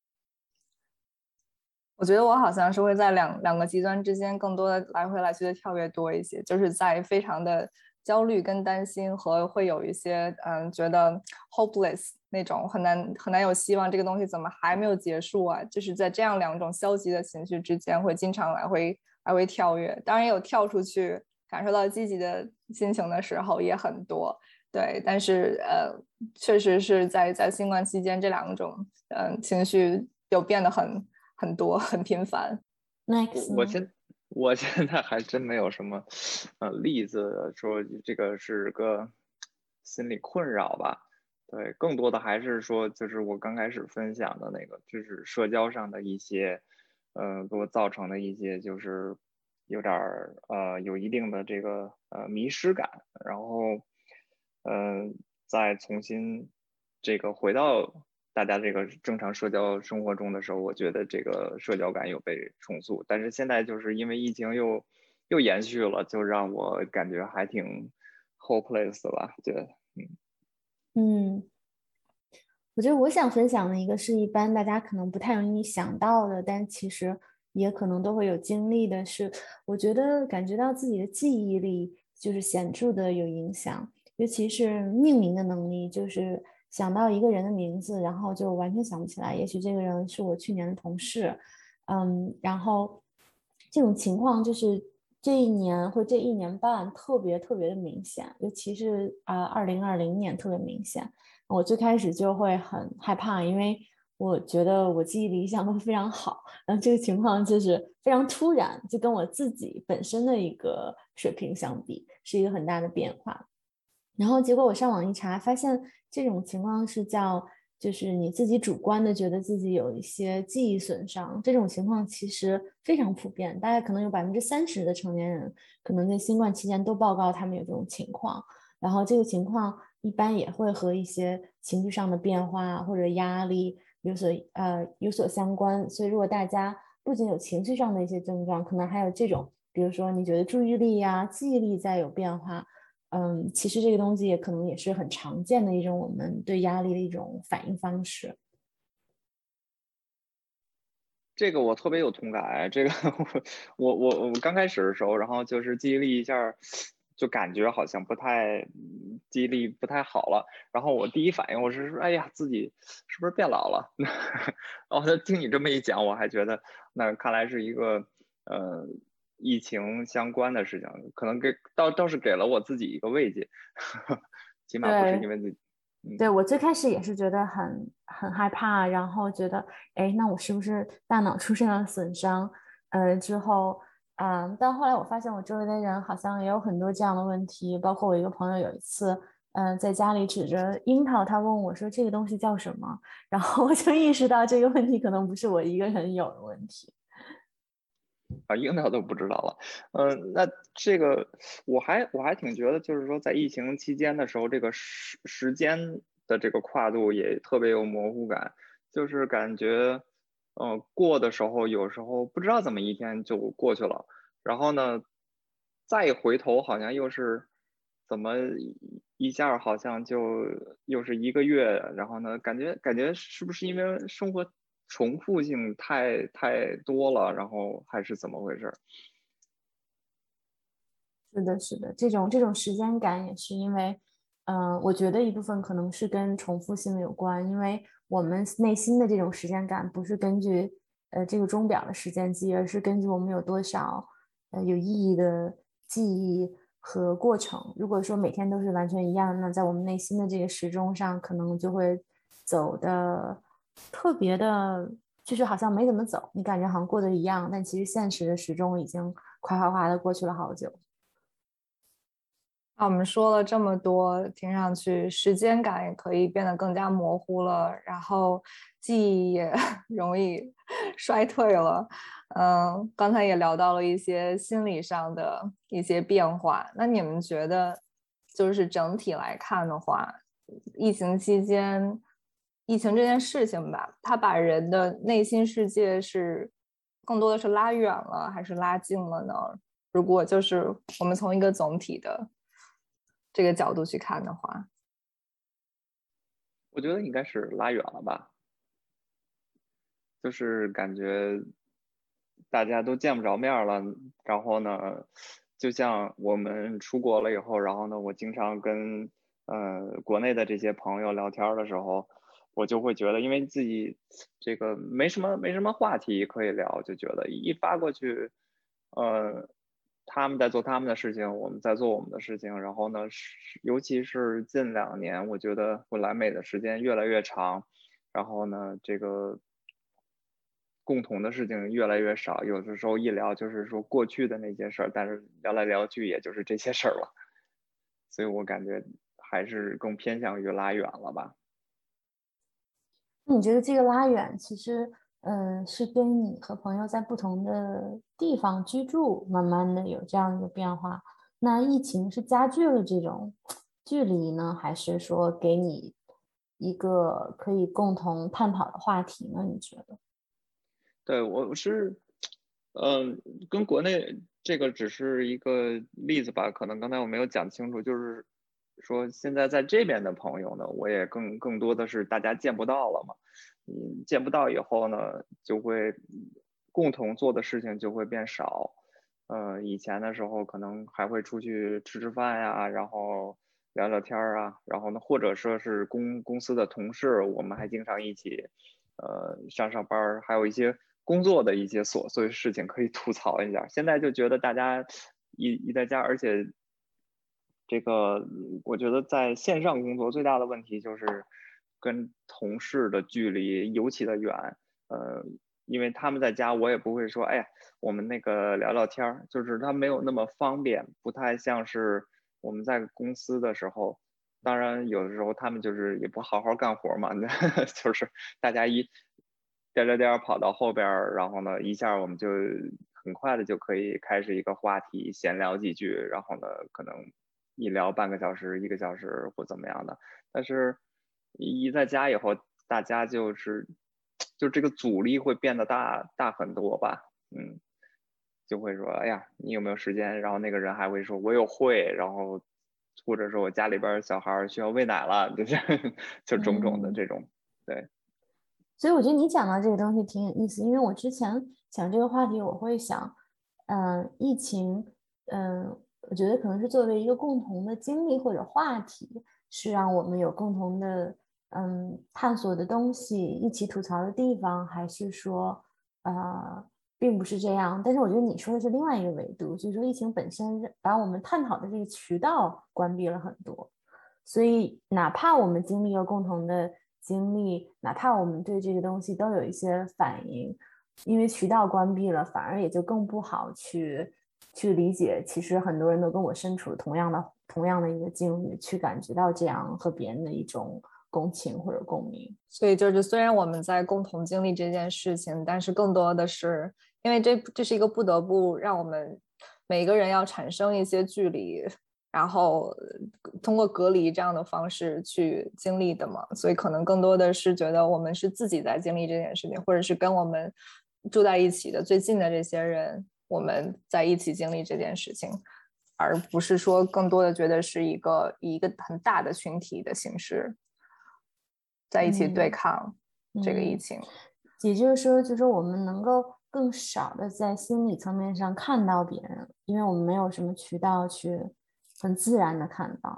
我觉得我好像是会在两个极端之间更多的来回来去的跳跃多一些，就是在非常的焦虑跟担心和会有一些觉得 hopeless 那种很难有希望，这个东西怎么还没有结束啊？就是在这样两种消极的情绪之间会经常来回跳跃。当然有跳出去感受到积极的心情的时候也很多，对，但是确实是在新冠期间这两种情绪有变得很多很频繁。 我现在还真没有什么例子说这个是个心理困扰吧。对，更多的还是说就是我刚开始分享的那个，就是社交上的一些给我造成的一些就是有点有一定的这个迷失感，然后再重新这个回到大家这个正常社交生活中的时候，我觉得这个社交感有被重塑。但是现在就是因为疫情又延续了，就让我感觉还挺 hopeless 的吧，觉得我觉得我想分享的一个是一般大家可能不太容易想到的，但其实也可能都会有经历的是，我觉得感觉到自己的记忆力就是显著的有影响，尤其是命名的能力，就是想到一个人的名字，然后就完全想不起来，也许这个人是我去年的同事，然后这种情况就是这一年或这一年半特别特别的明显，尤其是2020年特别明显。我最开始就会很害怕，因为我觉得我记忆力一向都非常好，然后这个情况就是非常突然，就跟我自己本身的一个水平相比，是一个很大的变化。然后结果我上网一查，发现这种情况是叫就是你自己主观的觉得自己有一些记忆损伤，这种情况其实非常普遍，大概可能有30%的成年人可能在新冠期间都报告他们有这种情况，然后这个情况一般也会和一些情绪上的变化或者压力有所相关，所以如果大家不仅有情绪上的一些症状，可能还有这种，比如说你觉得注意力呀、记忆力在有变化。其实这个东西也可能也是很常见的一种我们对压力的一种反应方式。 这个我特别有同感。这个我刚开始的时候，然后就是记忆力一下就感觉好像记忆力不太好了。然后我第一反应我是说，哎呀，自己是不是变老了？然后听你这么一讲，我还觉得那看来是一个疫情相关的事情，可能倒是给了我自己一个慰藉，起码不是因对， 为自己。 对，我最开始也是觉得很害怕，然后觉得，哎，那我是不是大脑出现了损伤？之后，但后来我发现我周围的人好像也有很多这样的问题，包括我一个朋友有一次，在家里指着樱桃，他问我说这个东西叫什么？然后我就意识到这个问题可能不是我一个人有的问题。 啊，樱桃都不知道了。那这个我还挺觉得，就是说在疫情期间的时候，这个时间的这个跨度也特别有模糊感，就是感觉，过的时候有时候不知道怎么一天就过去了，然后呢，再回头好像又是怎么一下好像就又是一个月，然后呢，感觉是不是因为生活重复性太多了，然后还是怎么回事？ 是的，是的，这种时间感也是因为，我觉得一部分可能是跟重复性有关，因为我们内心的这种时间感不是根据这个钟表的时间计，而是根据我们有多少有意义的记忆和过程。如果说每天都是完全一样，那在我们内心的这个时钟上，可能就会走的特别的，就是好像没怎么走，你感觉好像过得一样，但其实现实的时钟已经夸夸夸的过去了好久。 那我们说了这么多，听上去时间感也可以变得更加模糊了，然后记忆也容易衰退了。刚才也聊到了一些心理上的一些变化。那你们觉得，就是整体来看的话，疫情期间，疫情这件事情吧，它把人的内心世界更多的是拉远了，还是拉近了呢？如果就是我们从一个总体的这个角度去看的话， 我觉得应该是拉远了吧，就是感觉大家都见不着面了，然后呢，就像我们出国了以后，然后呢，我经常跟国内的这些朋友聊天的时候，我就会觉得，因为自己这个没什么话题可以聊，就觉得一发过去，呃，他们在做他们的事情，我们在做我们的事情，然后呢，尤其是近2年，我觉得我来美的时间越来越长，然后呢，这个共同的事情越来越少，有的时候一聊就是说过去的那些事儿，但是聊来聊去也就是这些事儿了，所以我感觉还是更偏向于拉远了吧。 那你觉得这个拉远，其实，是跟你和朋友在不同的地方居住，慢慢的有这样一个变化？那疫情是加剧了这种距离呢，还是说给你一个可以共同探讨的话题呢？你觉得？ 对，我是，跟国内这个只是一个例子吧，可能刚才我没有讲清楚，就是说现在在这边的朋友呢，我也更多的是大家见不到了嘛，见不到以后呢，就会共同做的事情就会变少，以前的时候可能还会出去吃吃饭呀，然后聊聊天儿啊，然后呢，或者说是公司的同事，我们还经常一起。上班儿，还有一些工作的一些琐碎事情可以吐槽一下。现在就觉得大家一在家，而且这个我觉得在线上工作最大的问题就是跟同事的距离尤其的远。因为他们在家，我也不会说，哎呀，我们那个聊聊天儿，就是他没有那么方便，不太像是我们在公司的时候。 当然有的时候他们就是也不好好干活嘛，就是大家颠颠颠跑到后边，然后呢一下我们就很快的就可以开始一个话题，闲聊几句，然后呢可能一聊半个小时、1个小时或怎么样的。但是一在家以后，大家就这个阻力会变得大很多吧，就会说，哎呀，你有没有时间？然后那个人还会说，我有会，然后或者说我家里边小孩需要喂奶了，就种种的这种，对。 所以我觉得你讲到这个东西挺有意思，因为我之前讲这个话题，我会想，疫情，我觉得可能是作为一个共同的经历或者话题，是让我们有共同的，探索的东西，一起吐槽的地方，还是说，并不是这样？但是我觉得你说的是另外一个维度，就是说疫情本身把我们探讨的这个渠道关闭了很多。所以哪怕我们经历了共同的经历，哪怕我们对这个东西都有一些反应，因为渠道关闭了，反而也就更不好去理解，其实很多人都跟我身处同样的一个境遇，去感觉到这样和别人的一种共情或者共鸣。 所以就是虽然我们在共同经历这件事情，但是更多的是因为这是一个不得不让我们每个人要产生一些距离，然后通过隔离这样的方式去经历的嘛，所以可能更多的是觉得我们是自己在经历这件事情，或者是跟我们住在一起的最近的这些人，我们在一起经历这件事情，而不是说更多的觉得是以一个很大的群体的形式在一起对抗这个疫情。 也就是说，我们能够更少的在心理层面上看到别人，因为我们没有什么渠道去很自然的看到。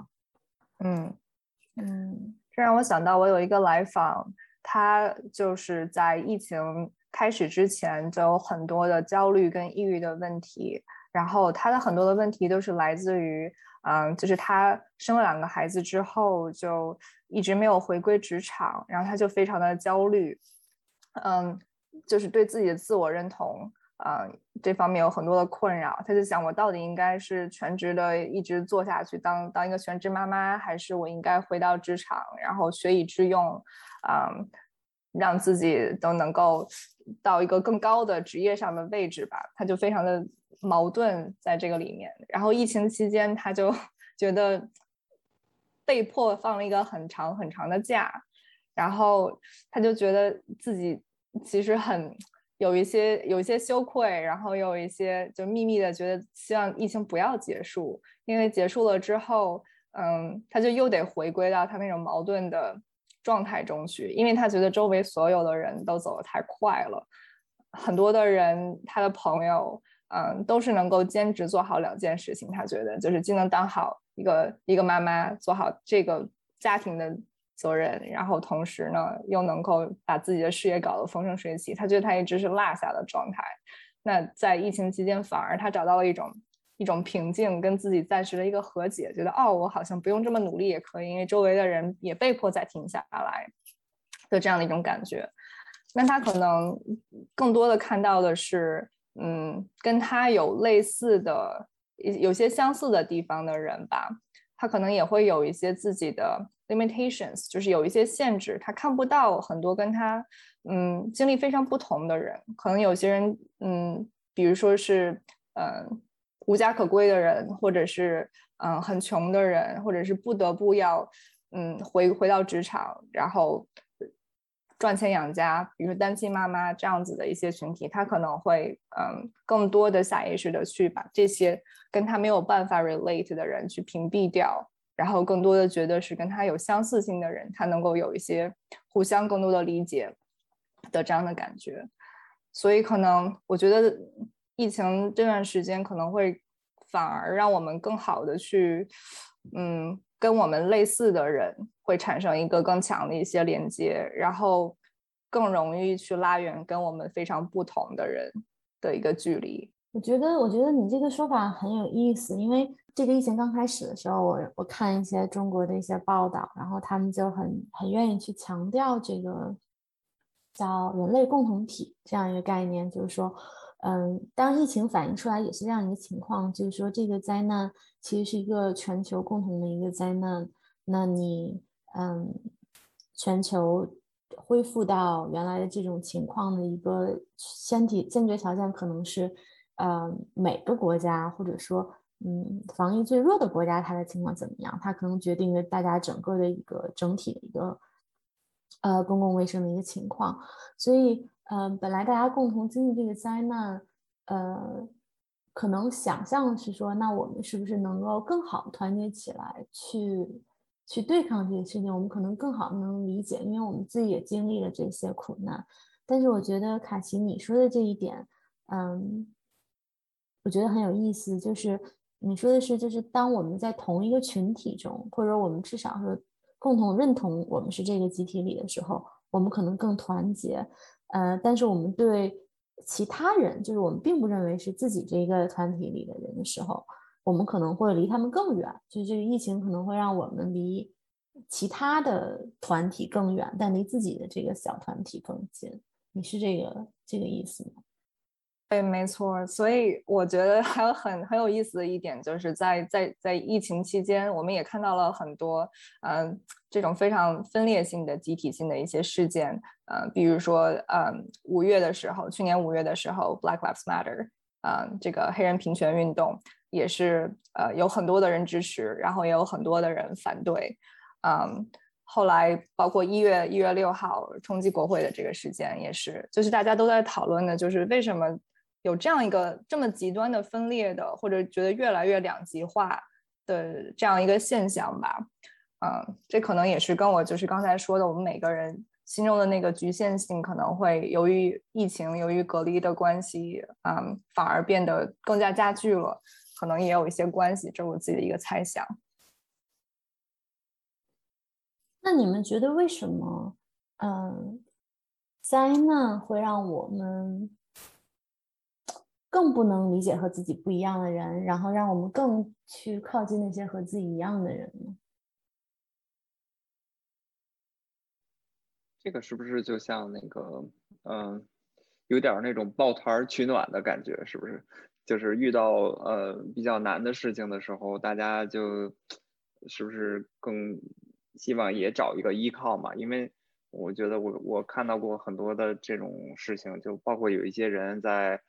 这让我想到我有一个来访，他就是在疫情开始之前就有很多的焦虑跟抑郁的问题，然后他的很多的问题都是来自于就是他生了2个孩子之后就一直没有回归职场，然后他就非常的焦虑，就是对自己的自我认同这方面有很多的困扰，他就想我到底应该是全职的一直做下去当一个全职妈妈，还是我应该回到职场然后学以致用，让自己都能够到一个更高的职业上的位置吧，他就非常的矛盾在这个里面。然后疫情期间他就觉得被迫放了一个很长很长的假，然后他就觉得自己其实有一些羞愧，然后有一些就秘密的觉得希望疫情不要结束，因为结束了之后，他就又得回归到他那种矛盾的状态中去，因为他觉得周围所有的人都走得太快了，很多的人他的朋友，都是能够兼职做好2件事情，他觉得就是既能当好一个妈妈，做好这个家庭的责任，然后同时呢又能够把自己的事业搞得风生水起，他觉得他一直是落下的状态。那在疫情期间反而他找到了一种平静，跟自己暂时的一个和解，觉得我好像不用这么努力也可以，因为周围的人也被迫再停下来的这样的一种感觉。那他可能更多的看到的是跟他有类似的有些相似的地方的人吧，他可能也会有一些自己的 limitations， 就是有一些限制，他看不到很多跟他经历非常不同的人，可能有些人比如说是无家可归的人，或者是很穷的人，或者是不得不要回到职场，然后赚钱养家，比如说单亲妈妈这样子的一些群体，他可能会更多的下意识的去把这些跟他没有办法 relate 的人去屏蔽掉，然后更多的觉得是跟他有相似性的人，他能够有一些互相更多的理解的这样的感觉。所以可能我觉得疫情这段时间可能会反而让我们更好的去跟我们类似的人会产生一个更强的一些连接，然后更容易去拉远跟我们非常不同的人的一个距离。 我觉得你这个说法很有意思，因为这个疫情刚开始的时候，我看一些中国的一些报道，然后他们就很愿意去强调这个叫人类共同体这样一个概念，就是说，当疫情反映出来也是这样一个情况，就是说这个灾难其实是一个全球共同的一个灾难， 那你全球恢复到原来的这种情况的一个先决条件可能是每个国家或者说防疫最弱的国家它的情况怎么样，它可能决定了大家整个的一个整体的一个公共卫生的一个情况。所以本来大家共同经历这个灾难，可能想象是说，那我们是不是能够更好团结起来去对抗这个事情，我们可能更好能理解，因为我们自己也经历了这些苦难。但是我觉得卡奇你说的这一点我觉得很有意思，就是你说的是就是当我们在同一个群体中，或者我们至少是共同认同我们是这个集体里的时候，我们可能更团结。但是我们对其他人，就是我们并不认为是自己这个团体里的人的时候，我们可能会离他们更远。就是这个疫情可能会让我们离其他的团体更远，但离自己的这个小团体更近。你是这个意思吗？ 对，没错。所以我觉得还有很有意思的一点，就是在疫情期间，我们也看到了很多这种非常分裂性的集体性的一些事件。比如说去年5月的时候 ，Black Lives Matter，这个黑人平权运动也是有很多的人支持，然后也有很多的人反对。后来包括1月6号冲击国会的这个事件也是，就是大家都在讨论的，就是为什么有这样一个这么极端的分裂的，或者觉得越来越两极化的这样一个现象吧。这可能也是跟我就是刚才说的，我们每个人心中的那个局限性可能会由于疫情、由于隔离的关系，反而变得更加加剧了，可能也有一些关系，这是我自己的一个猜想。 那你们觉得为什么灾难会让我们更不能理解和自己不一样的人，然后让我们更去靠近那些和自己一样的人呢？ 这个是不是就像那个有点那种抱团取暖的感觉，是不是？就是遇到比较难的事情的时候，大家就是不是更希望也找一个依靠嘛？因为我觉得我看到过很多的这种事情，就包括有一些人在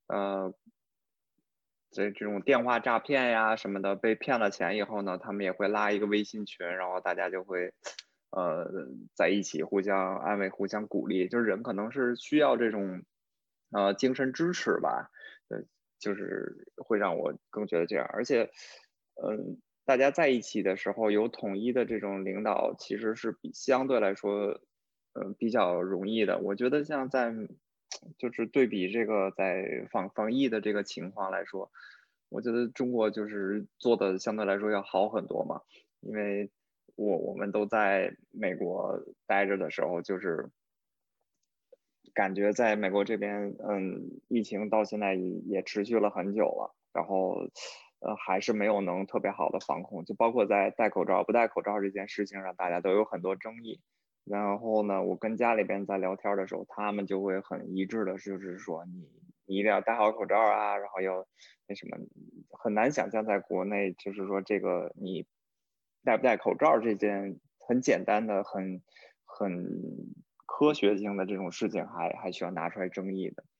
这种电话诈骗呀什么的被骗了钱以后呢，他们也会拉一个微信群，然后大家就会在一起互相安慰、互相鼓励。就是人可能是需要这种精神支持吧，就是会让我更觉得这样。而且大家在一起的时候有统一的这种领导，其实是相对来说比较容易的。我觉得像就是对比这个在防疫的这个情况来说，我觉得中国就是做的相对来说要好很多嘛。因为我们都在美国待着的时候，就是感觉在美国这边，疫情到现在也持续了很久了，然后还是没有能特别好的防控，就包括在戴口罩不戴口罩这件事情上，大家都有很多争议。然后呢，我跟家里边在聊天的时候，他们就会很一致的，就是说你一定要戴好口罩啊，然后要那什么，很难想象在国内，就是说这个你戴不戴口罩这件很简单的、很科学性的这种事情还需要拿出来争议的。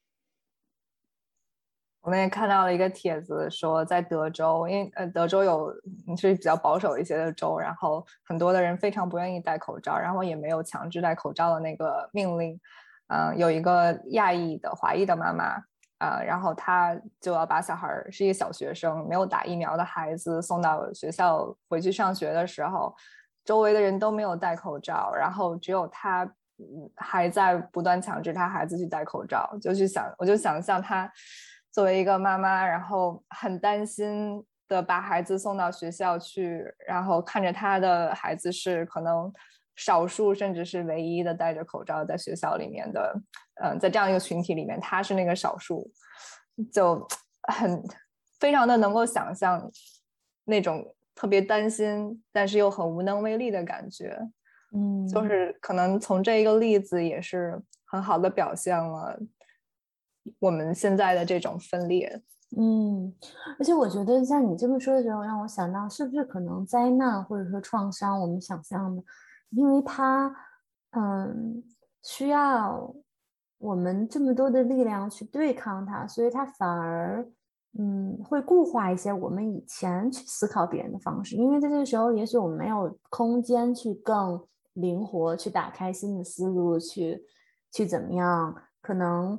我那天看到了一个帖子，说在德州，因为德州是比较保守一些的州，然后很多的人非常不愿意戴口罩，然后也没有强制戴口罩的那个命令。有一个亚裔的华裔的妈妈，然后她就要把小孩是一个小学生，没有打疫苗的孩子送到学校回去上学的时候，周围的人都没有戴口罩，然后只有她还在不断强制她孩子去戴口罩。我就想象她作为一个妈妈，然后很担心的把孩子送到学校去，然后看着她的孩子是可能少数甚至是唯一的戴着口罩在学校里面的，在这样一个群体里面，她是那个少数，就非常的能够想象那种特别担心，但是又很无能为力的感觉。就是可能从这一个例子也是很好的表现了我们现在的这种分裂。 而且我觉得像你这么说的时候，让我想到是不是可能灾难或者说创伤，我们想象的，因为它需要我们这么多的力量去对抗它，所以它反而会固化一些我们以前去思考别人的方式，因为在这个时候，也许我们没有空间去更灵活去打开新的思路，去怎么样，可能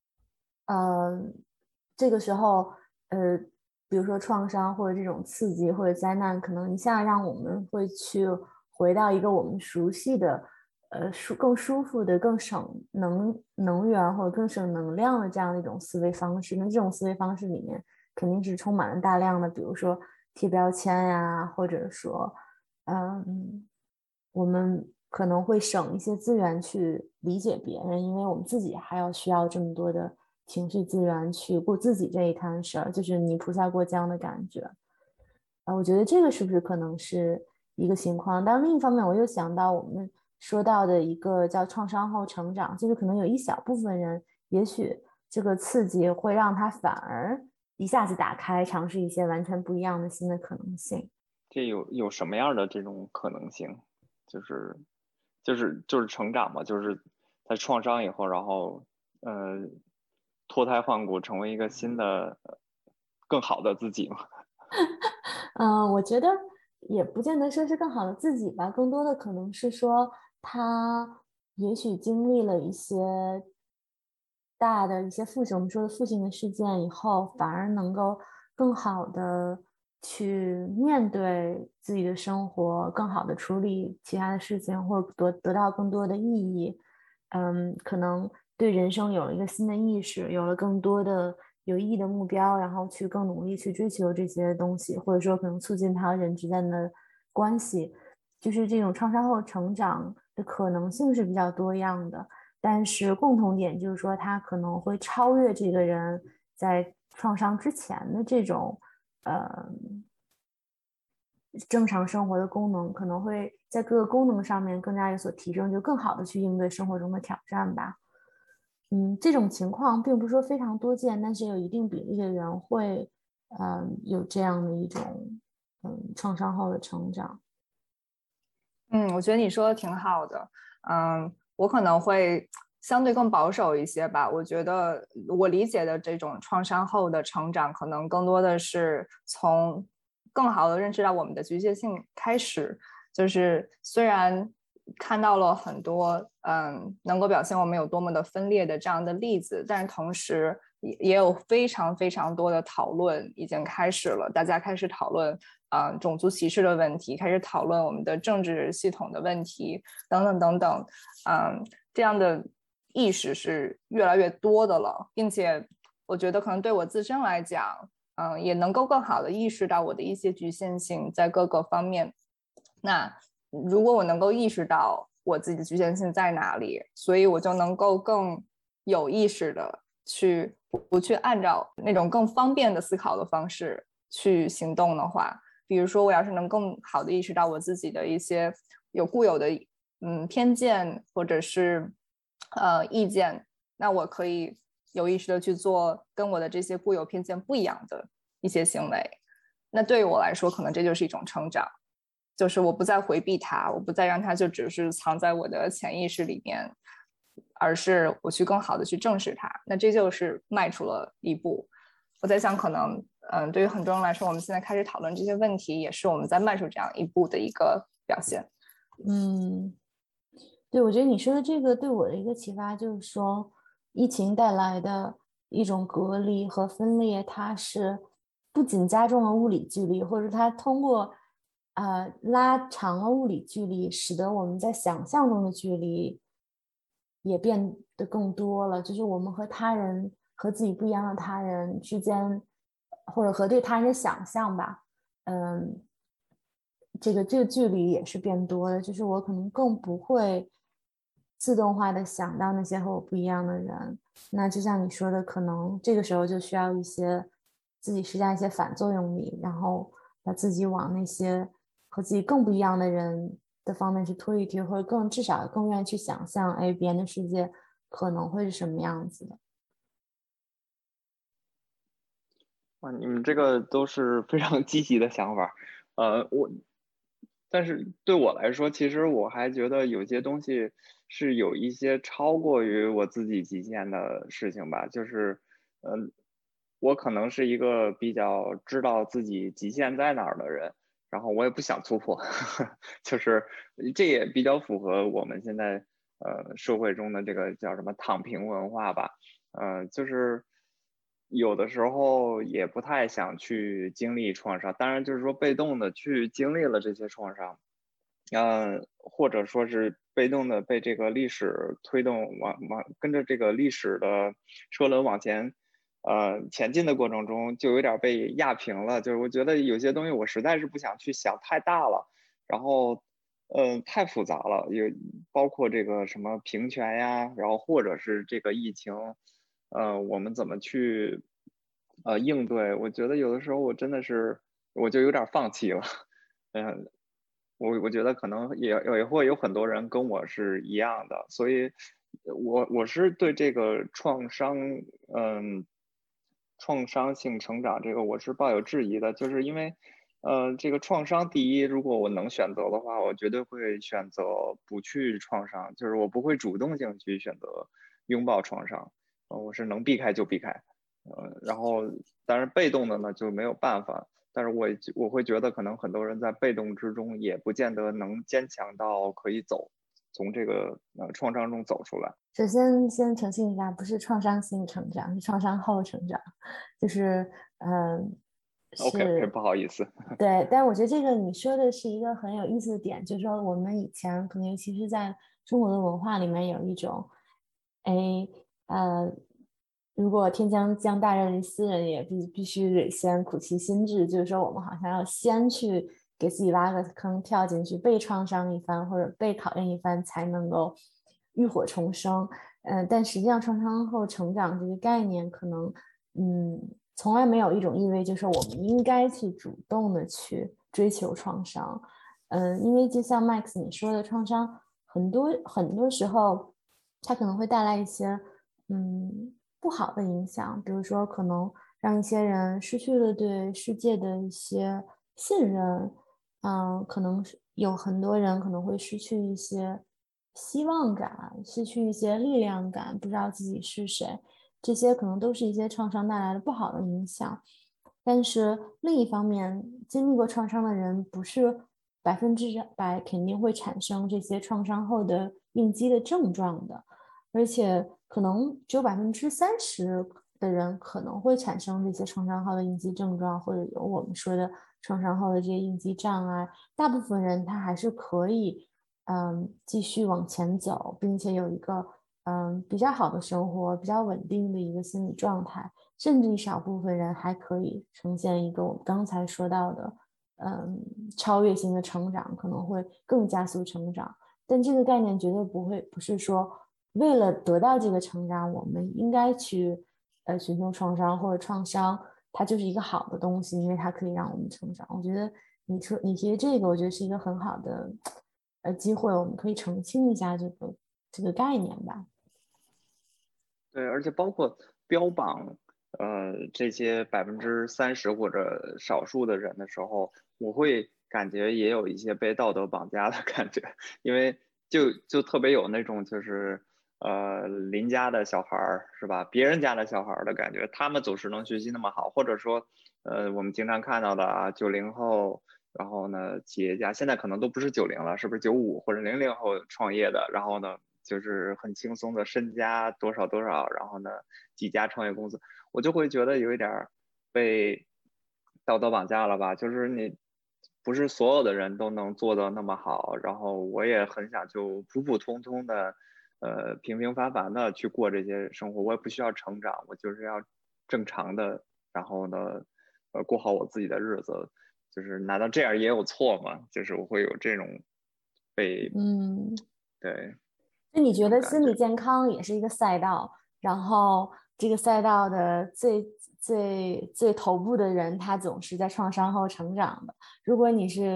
这个时候比如说创伤或者这种刺激或者灾难，可能一下让我们会去回到一个我们熟悉的更舒服的、更省能源或者更省能量的这样的一种思维方式。那这种思维方式里面肯定是充满了大量的，比如说贴标签呀，或者说我们可能会省一些资源去理解别人，因为我们自己还要需要这么多的情绪资源去过自己这一摊事儿，就是泥菩萨过江的感觉。我觉得这个是不是可能是一个情况？但另一方面，我又想到我们说到的一个叫创伤后成长，就是可能有一小部分人，也许这个刺激会让他反而一下子打开，尝试一些完全不一样的新的可能性。 这有什么样的这种可能性？就是成长嘛，就是在创伤以后，然后脱胎换骨，成为一个新的更好的自己嘛。 我觉得也不见得说是更好的自己吧，更多的可能是说他也许经历了一些大的一些我们说的负性的事件以后，反而能够更好的去面对自己的生活，更好的处理其他的事情，或者得到更多的意义。可能对人生有了一个新的意识，有了更多的有意义的目标，然后去更努力去追求这些东西，或者说可能促进他和人之间的关系，就是这种创伤后成长的可能性是比较多样的。但是共同点就是说，他可能会超越这个人在创伤之前的这种呃正常生活的功能，可能会在各个功能上面更加有所提升，就更好的去应对生活中的挑战吧。这种情况并不是说非常多见，但是有一定比例的人会有这样的一种创伤后的成长。 我觉得你说的挺好的。我可能会相对更保守一些吧。我觉得我理解的这种创伤后的成长，可能更多的是从更好的认识到我们的局限性开始。就是虽然看到了很多能够表现我们有多么的分裂的这样的例子，但是同时也有非常非常多的讨论已经开始了，大家开始讨论种族歧视的问题，开始讨论我们的政治系统的问题等等等等。这样的意识是越来越多的了，并且我觉得可能对我自身来讲也能够更好的意识到我的一些局限性在各个方面。那如果我能够意识到我自己的局限性在哪里，所以我就能够更有意识的不去按照那种更方便的思考的方式去行动的话，比如说我要是能更好的意识到我自己的一些固有的偏见或者是意见，那我可以有意识的去做跟我的这些固有偏见不一样的一些行为。那对于我来说，可能这就是一种成长，就是我不再回避它，我不再让它就只是藏在我的潜意识里面，而是我去更好的去正视它。那这就是迈出了一步。我在想，可能对于很多人来说，我们现在开始讨论这些问题，也是我们在迈出这样一步的一个表现。 对，我觉得你说的这个对我的一个启发就是说，疫情带来的一种隔离和分裂，它是不仅加重了物理距离，或者它通过拉长了物理距离，使得我们在想象中的距离也变得更多了。就是我们和他人、和自己不一样的他人之间，或者和对他人的想象吧，这个距离也是变多的。就是我可能更不会自动化的想到那些和我不一样的人。那就像你说的，可能这个时候就需要自己施加一些反作用力，然后把自己往那些和自己更不一样的人的方面去推一推，或者至少更愿意去想象，哎，别人的世界可能会是什么样子的。 哇，你们这个都是非常积极的想法。但是对我来说，其实我还觉得有些东西是有一些超过于我自己极限的事情吧。就是，我可能是一个比较知道自己极限在哪儿的人，然后我也不想突破，就是这也比较符合我们现在社会中的这个叫什么躺平文化吧。就是有的时候也不太想去经历创伤，当然就是说被动的去经历了这些创伤，或者说是被动的被这个历史推动跟着这个历史的车轮往前前进的过程中，就有点被压平了。就是我觉得有些东西我实在是不想去想太大了，然后太复杂了，也包括这个什么平权呀，然后或者是这个疫情，我们怎么去应对？我觉得有的时候我真的是我就有点放弃了。嗯，我觉得可能也会有很多人跟我是一样的，所以我是对这个创伤性成长这个我是抱有质疑的，就是因为这个创伤第一，如果我能选择的话，我绝对会选择不去创伤，就是我不会主动性去选择拥抱创伤，我是能避开就避开，然后当然被动的呢就没有办法。但是我会觉得，可能很多人在被动之中，也不见得能坚强到可以从这个创伤中走出来。 首先澄清一下，不是创伤性成长，是创伤后成长，就是 OK， 是， 不好意思。 对。但我觉得这个你说的是一个很有意思的点，就是说我们以前可能尤其是在中国的文化里面有一种，哎，呃，如果天将大任于斯人也，必须得先苦其心志，就是说我们好像要先去给自己挖个坑跳进去，被创伤一番或者被考验一番，才能够浴火重生。但实际上创伤后成长这个概念可能从来没有一种意味就是我们应该去主动的去追求创伤。因为就像 Max 你说的，创伤很多时候它可能会带来一些不好的影响，比如说可能让一些人失去了对世界的一些信任。可能是有很多人可能会失去一些希望感，失去一些力量感，不知道自己是谁，这些可能都是一些创伤带来的不好的影响。但是另一方面，经历过创伤的人不是100%肯定会产生这些创伤后的应激的症状的，而且可能只有30%的人可能会产生这些创伤后的应激症状，或者有我们说的创伤后的这些应激障碍。大部分人他还是可以继续往前走，并且有一个比较好的生活，比较稳定的一个心理状态。甚至一少部分人还可以呈现一个我们刚才说到的超越性的成长，可能会更加速成长。但这个概念绝对不是说为了得到这个成长，我们应该去寻求创伤或者创伤，它就是一个好的东西，因为它可以让我们成长。我觉得你提的这个，我觉得是一个很好的机会，我们可以澄清一下这个概念吧。 对，而且包括标榜这些30%或者少数的人的时候，我会感觉也有一些被道德绑架的感觉，因为就特别有那种就是邻家的小孩儿是吧，别人家的小孩儿的感觉，他们总是能学习那么好，或者说我们经常看到的啊90后，然后呢企业家现在可能都不是90了，是不是95或者00后创业的，然后呢就是很轻松的身家多少多少，然后呢几家创业公司，我就会觉得有一点被道德绑架了吧，就是你不是所有的人都能做到那么好，然后我也很想就普普通通的平平凡凡的去过这些生活，我也不需要成长，我就是要正常的，然后呢过好我自己的日子，就是难道这样也有错吗？就是我会有这种被对。 那你觉得这种感觉。 心理健康也是一个赛道，然后这个赛道的最头部的人，他总是在创伤后成长的。如果你是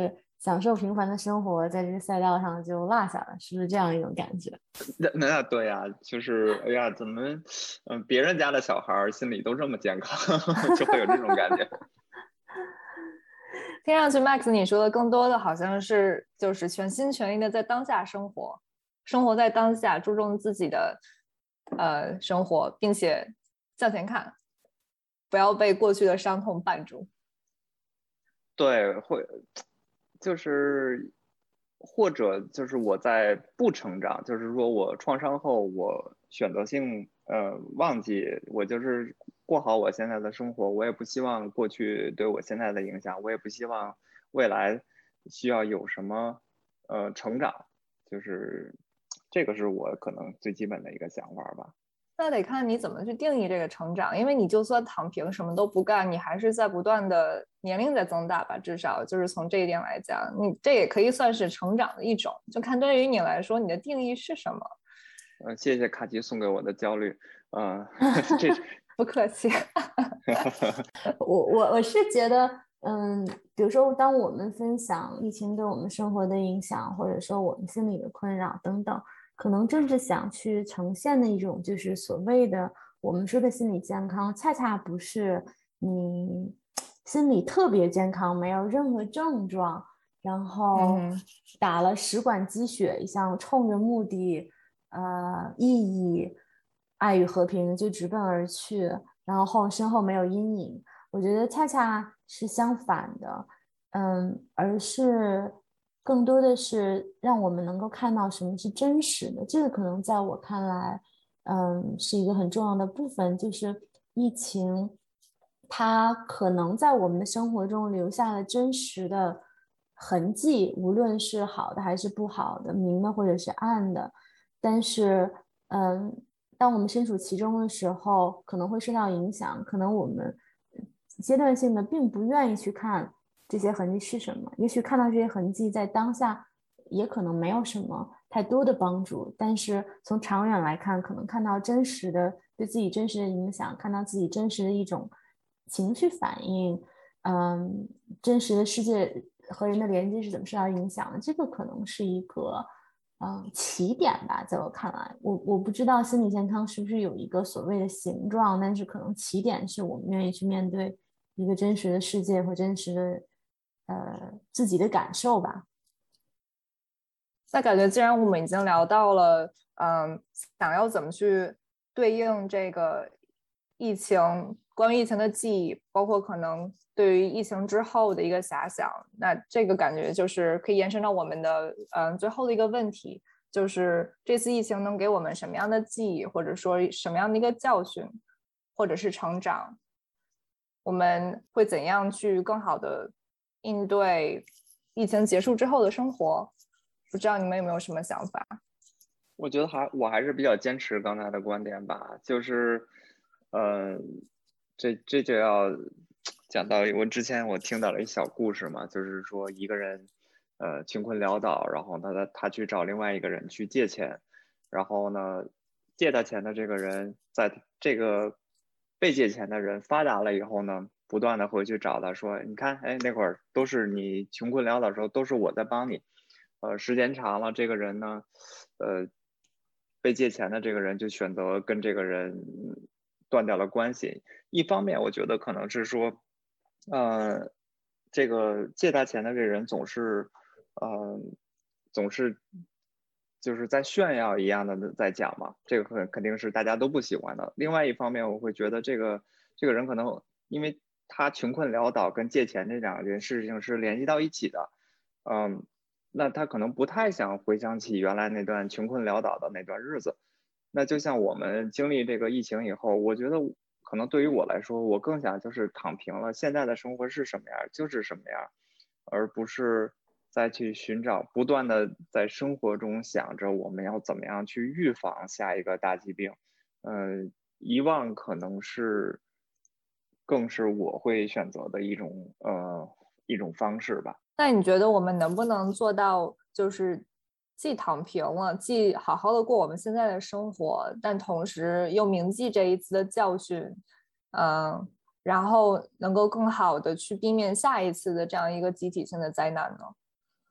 享受平凡的生活，在这个赛道上就落下了，是不是这样一种感觉？ 那对呀，就是哎呀，怎么别人家的小孩心里都这么健康，就会有这种感觉。 听上去 Max 你说的更多的好像是就是全心全意的在当下生活，生活在当下，注重自己的生活，并且向前看，不要被过去的伤痛绊住。 对，会就是或者就是我在不成长，就是说我创伤后，我选择性忘记，我就是过好我现在的生活，我也不希望过去对我现在的影响，我也不希望未来需要有什么成长，就是这个是我可能最基本的一个想法吧。 那得看你怎么去定义这个成长，因为你就算躺平什么都不干，你还是在不断的年龄在增大吧，至少就是从这一点来讲，你这也可以算是成长的一种，就看对于你来说你的定义是什么。 谢谢卡奇送给我的焦虑，这不客气。 我是觉得，比如说，当我们分享疫情对我们生活的影响，或者说我们心理的困扰等等，可能正是想去呈现的一种，就是所谓的我们说的心理健康，恰恰不是你心理特别健康，没有任何症状，然后打了10管鸡血一样，冲着目的、意义、爱与和平就直奔而去。然后身后没有阴影，我觉得恰恰是相反的，而是更多的是让我们能够看到什么是真实的。这个可能在我看来，是一个很重要的部分，就是疫情，它可能在我们的生活中留下了真实的痕迹，无论是好的还是不好的，明的或者是暗的，但是，当我们身处其中的时候，可能会受到影响，可能我们阶段性的并不愿意去看这些痕迹是什么，也许看到这些痕迹在当下也可能没有什么太多的帮助，但是从长远来看，可能看到真实的对自己真实的影响，看到自己真实的一种情绪反应，真实的世界和人的连接是怎么受到影响的，这个可能是一个起点吧，在我看来，我不知道心理健康是不是有一个所谓的形状，但是可能起点是我们愿意去面对一个真实的世界和真实的自己的感受吧。 那感觉既然我们已经聊到了，想要怎么去对应这个疫情，关于疫情的记忆，包括可能对于疫情之后的一个遐想，那这个感觉就是可以延伸到我们的最后的一个问题，就是这次疫情能给我们什么样的记忆，或者说什么样的一个教训，或者是成长，我们会怎样去更好的应对疫情结束之后的生活？不知道你们有没有什么想法？ 我觉得我还是比较坚持刚才的观点吧，就是，这就要讲到我之前我听到了一小故事嘛，就是说一个人，穷困潦倒，然后他去找另外一个人去借钱，然后呢，借他钱的这个人，在这个被借钱的人发达了以后呢，不断的回去找他说，你看，哎，那会儿都是你穷困潦倒的时候，都是我在帮你。时间长了，这个人呢，被借钱的这个人就选择跟这个人断掉了关系。一方面，我觉得可能是说，这个借他钱的这个人总是就是在炫耀一样的在讲嘛，这个肯定是大家都不喜欢的。另外一方面，我会觉得这个人可能因为他穷困潦倒跟借钱这两件事情是联系到一起的，那他可能不太想回想起原来那段穷困潦倒的那段日子。那就像我们经历这个疫情以后，我觉得可能对于我来说，我更想就是躺平了，现在的生活是什么样就是什么样，而不是再去寻找，不断的在生活中想着我们要怎么样去预防下一个大疾病。遗忘可能是更是我会选择的一种方式吧。 那你觉得我们能不能做到，就是既躺平了，既好好的过我们现在的生活，但同时又铭记这一次的教训，然后能够更好的去避免下一次的这样一个集体性的灾难呢？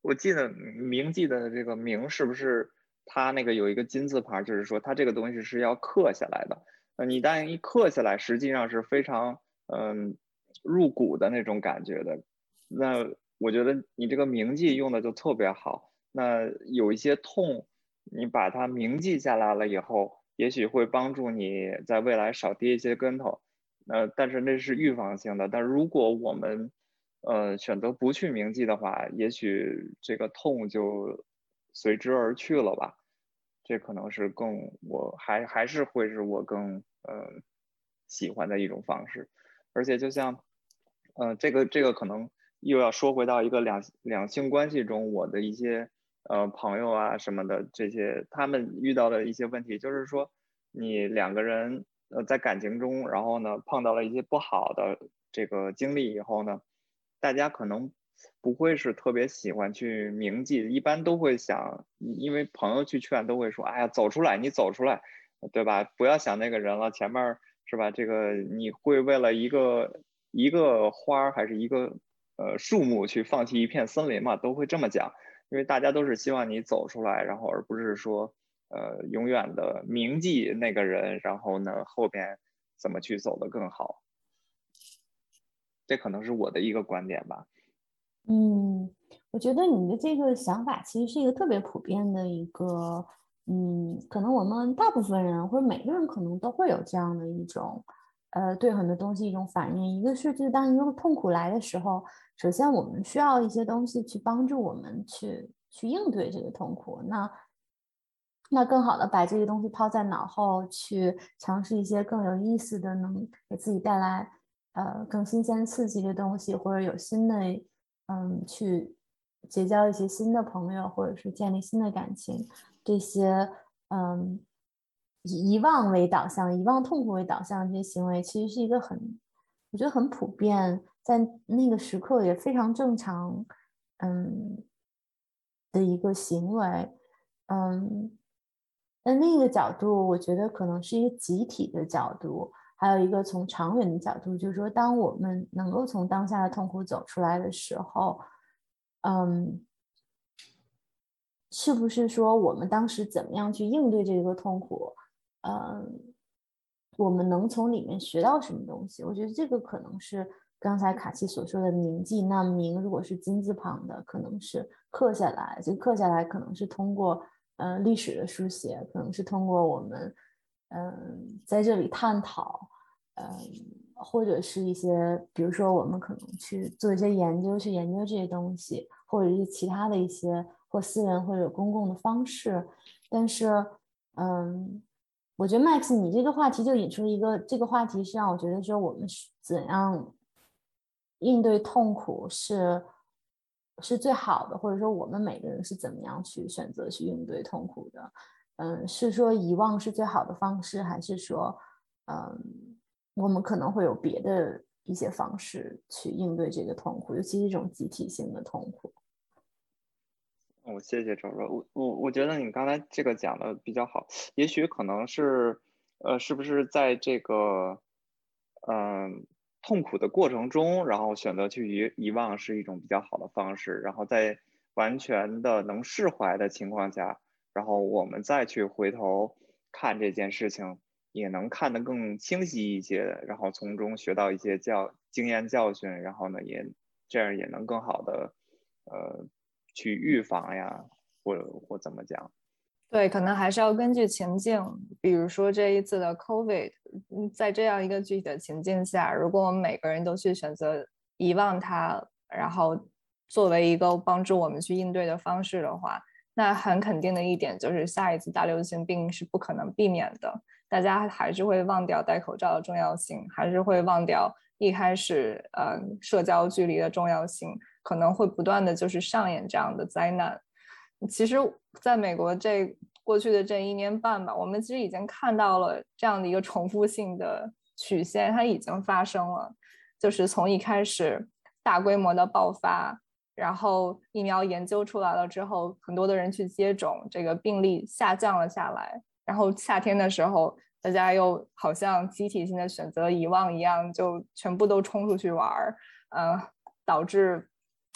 我记得铭记的这个铭是不是它那个有一个金字旁，就是说它这个东西是要刻下来的。你一旦一刻下来，实际上是非常入骨的那种感觉的。那我觉得你这个铭记用的就特别好。那有一些痛，你把它铭记下来了以后，也许会帮助你在未来少跌一些跟头。但是那是预防性的。但如果我们选择不去铭记的话，也许这个痛就随之而去了吧。这可能是我还是会是我更喜欢的一种方式。而且就像这个可能又要说回到一个两性关系中，我的一些朋友啊什么的，这些他们遇到的一些问题，就是说你两个人在感情中，然后呢碰到了一些不好的这个经历以后呢，大家可能不会是特别喜欢去铭记，一般都会想，因为朋友去劝都会说，哎呀，走出来，你走出来，对吧？不要想那个人了，前面是吧？这个你会为了一个花还是一个树木去放弃一片森林嘛？都会这么讲，因为大家都是希望你走出来，然后而不是说永远的铭记那个人，然后呢后边怎么去走得更好。这可能是我的一个观点吧。 我觉得你的这个想法其实是一个特别普遍的一个，可能我们大部分人或者每个人可能都会有这样的一种，对很多东西一种反应。一个是就是当一个痛苦来的时候，首先我们需要一些东西去帮助我们去应对这个痛苦。那更好的把这个东西抛在脑后，去尝试一些更有意思的，能给自己带来更新鲜刺激的东西，或者有新的去结交一些新的朋友，或者是建立新的感情，这些以遗忘为导向、遗忘痛苦为导向的这些行为，其实是一个我觉得很普遍，在那个时刻也非常正常，的一个行为，那另一个角度，我觉得可能是一个集体的角度，还有一个从长远的角度，就是说，当我们能够从当下的痛苦走出来的时候，是不是说我们当时怎么样去应对这个痛苦，我们能从里面学到什么东西？我觉得这个可能是刚才卡奇所说的铭记。那铭如果是金字旁的，可能是刻下来，这个刻下来可能是通过历史的书写，可能是通过我们在这里探讨，或者是一些，比如说我们可能去做一些研究，去研究这些东西，或者是其他的一些或私人或者公共的方式。但是，我觉得 Max 你这个话题就引出了这个话题是让我觉得说我们是怎样应对痛苦是最好的，或者说我们每个人是怎么样去选择去应对痛苦的。是说遗忘是最好的方式，还是说我们可能会有别的一些方式去应对这个痛苦，尤其是这种集体性的痛苦。 谢谢周周，我觉得你刚才这个讲的比较好，也许可能是，是不是在这个，痛苦的过程中，然后选择去遗忘是一种比较好的方式，然后在完全的能释怀的情况下，然后我们再去回头看这件事情，也能看得更清晰一些，然后从中学到一些经验教训，然后呢，这样也能更好的，去预防呀，或怎么讲？ 对，可能还是要根据情境，比如说这一次的 COVID，在这样一个具体的情境下，如果我们每个人都去选择遗忘它，然后作为一个帮助我们去应对的方式的话，那很肯定的一点就是下一次大流行病是不可能避免的，大家还是会忘掉戴口罩的重要性，还是会忘掉一开始社交距离的重要性，可能会不断的就是上演这样的灾难。其实在美国过去的这1年半吧，我们其实已经看到了这样的一个重复性的曲线，它已经发生了。就是从一开始大规模的爆发，然后疫苗研究出来了之后，很多的人去接种，这个病例下降了下来。然后夏天的时候，大家又好像集体性的选择遗忘一样，就全部都冲出去玩，导致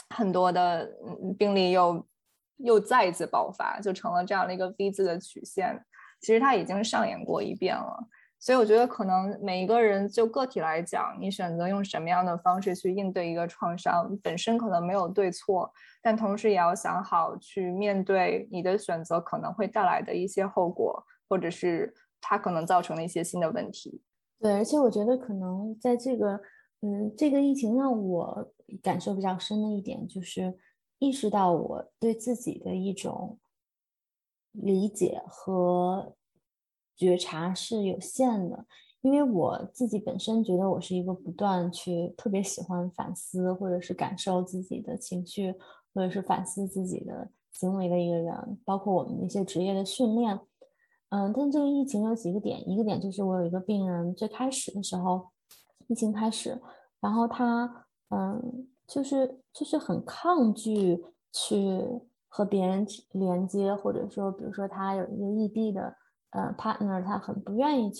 很多的病例又再一次爆发，就成了这样的一个 V 字的曲线。其实它已经上演过一遍了，所以我觉得可能每一个人就个体来讲，你选择用什么样的方式去应对一个创伤，本身可能没有对错，但同时也要想好去面对你的选择可能会带来的一些后果，或者是它可能造成的一些新的问题。 对，而且我觉得可能在这个疫情让我感受比较深的一点，就是意识到我对自己的一种理解和觉察是有限的，因为我自己本身觉得我是一个不断去特别喜欢反思或者是感受自己的情绪，或者是反思自己的行为的一个人，包括我们一些职业的训练。但这个疫情有几个点，一个点就是我有一个病人，最开始的时候，疫情开始，然后他就是很抗拒去和别人连接，或者说比如说他有一个异地的partner，他很不愿意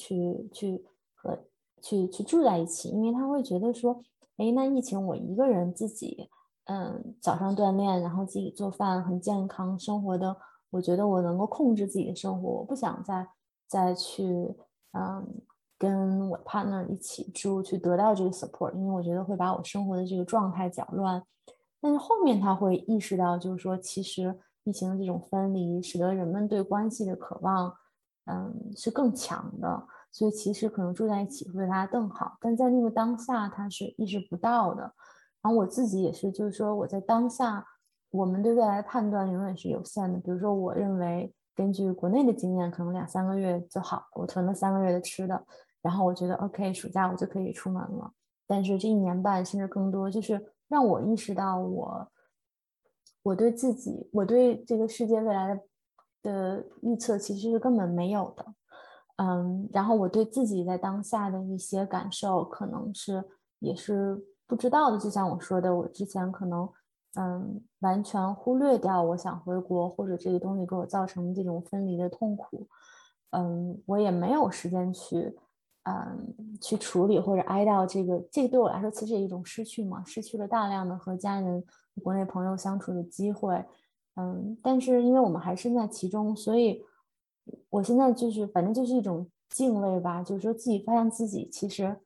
去住在一起，因为他会觉得说，哎，那疫情我一个人自己早上锻炼，然后自己做饭，很健康生活的。我觉得我能够控制自己的生活，我不想再去跟我 partner 一起住，去得到这个 support， 因为我觉得会把我生活的这个状态搅乱。但是后面他会意识到，就是说，其实疫情的这种分离，使得人们对关系的渴望，是更强的。所以其实可能住在一起会对他更好，但在那个当下他是意识不到的。然后我自己也是，就是说我在当下，我们对未来的判断永远是有限的。比如说，我认为根据国内的经验，可能2-3个月就好，我囤了3个月的吃的，然后我觉得 OK，暑假我就可以出门了。但是这1年半甚至更多，就是让我意识到我对自己，我对这个世界未来的预测其实是根本没有的。然后我对自己在当下的一些感受，可能也是不知道的。就像我说的，我之前可能完全忽略掉我想回国，或者这个东西给我造成这种分离的痛苦。我也没有时间去处理或者哀悼这个对我来说其实也一种失去嘛，失去了大量的和家人、国内朋友相处的机会。但是因为我们还身在其中，所以我现在就是反正就是一种敬畏吧，就是说自己发现自己其实，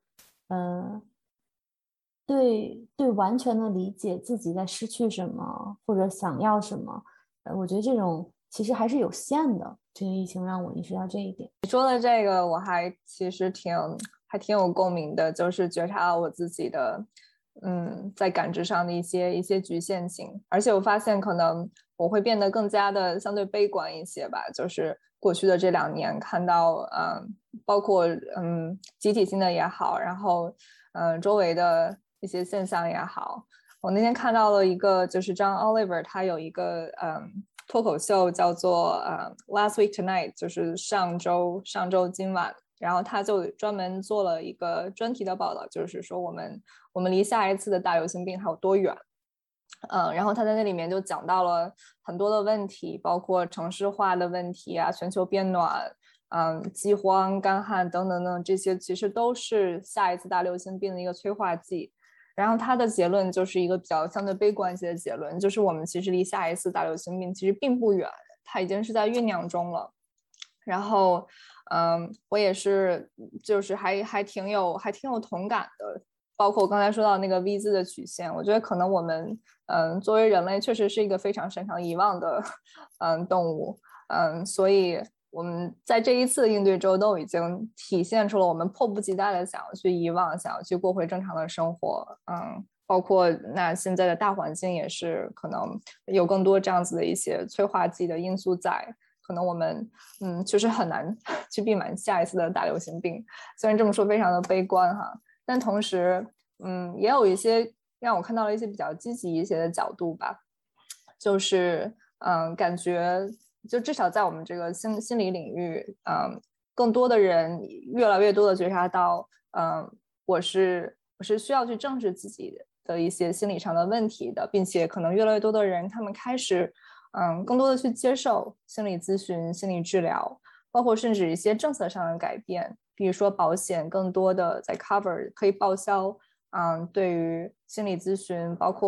对完全的理解自己在失去什么或者想要什么，我觉得这种其实还是有限的。这个疫情让我意识到这一点。 你说的这个，我其实还挺有共鸣的，就是觉察到我自己的，在感知上的一些局限性，而且我发现可能我会变得更加的相对悲观一些吧，就是过去的这2年看到，包括集体性的也好，然后周围的一些现象也好，我那天看到了一个就是 John Oliver， 他有一个脱口秀叫做Last Week Tonight， 就是上周今晚，然后他就专门做了一个专题的报道，就是说我们离下一次的大流行病还有多远。然后他在那里面就讲到了很多的问题，包括城市化的问题啊，全球变暖，饥荒、干旱等等等，这些其实都是下一次大流行病的一个催化剂。然后他的结论就是一个比较相对悲观一些的结论，就是我们其实离下一次大流行病其实并不远，它已经是在酝酿中了。然后，我也是，就是还挺有同感的。包括我刚才说到那个 V 字的曲线，我觉得可能我们，作为人类确实是一个非常擅长遗忘的，动物，所以我们在这一次的应对中都已经体现出了我们迫不及待的想要去遗忘，想要去过回正常的生活，包括那现在的大环境也是可能有更多这样子的一些催化剂的因素在。可能我们确实很难去避免下一次的大流行病，虽然这么说非常的悲观哈，但同时也有一些让我看到了一些比较积极一些的角度吧，就是感觉就至少在我们这个心理领域，更多的人越来越多的觉察到，我是需要去正视自己的一些心理上的问题的，并且可能越来越多的人他们开始更多的去接受心理咨询、心理治疗，包括甚至一些政策上的改变，比如说保险更多的在 cover 可以报销，对于心理咨询，包括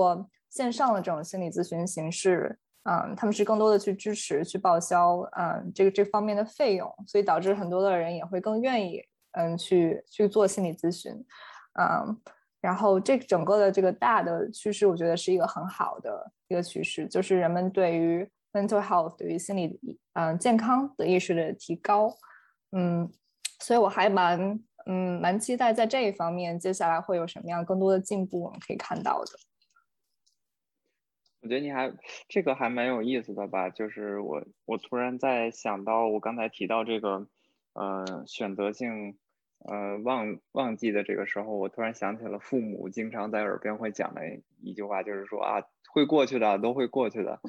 线上的这种心理咨询形式，他们是更多的去支持、去报销，这方面的费用，所以导致很多的人也会更愿意，去做心理咨询，然后这整个的这个大的趋势，我觉得是一个很好的一个趋势，就是人们对于 mental health 对于心理健康的意识的提高，所以我还蛮期待在这一方面接下来会有什么样更多的进步我们可以看到的。 我觉得这个还蛮有意思的吧，就是我突然在想到我刚才提到这个选择性忘记的这个时候，我突然想起了父母经常在耳边会讲的一句话，就是说啊，会过去的，都会过去的。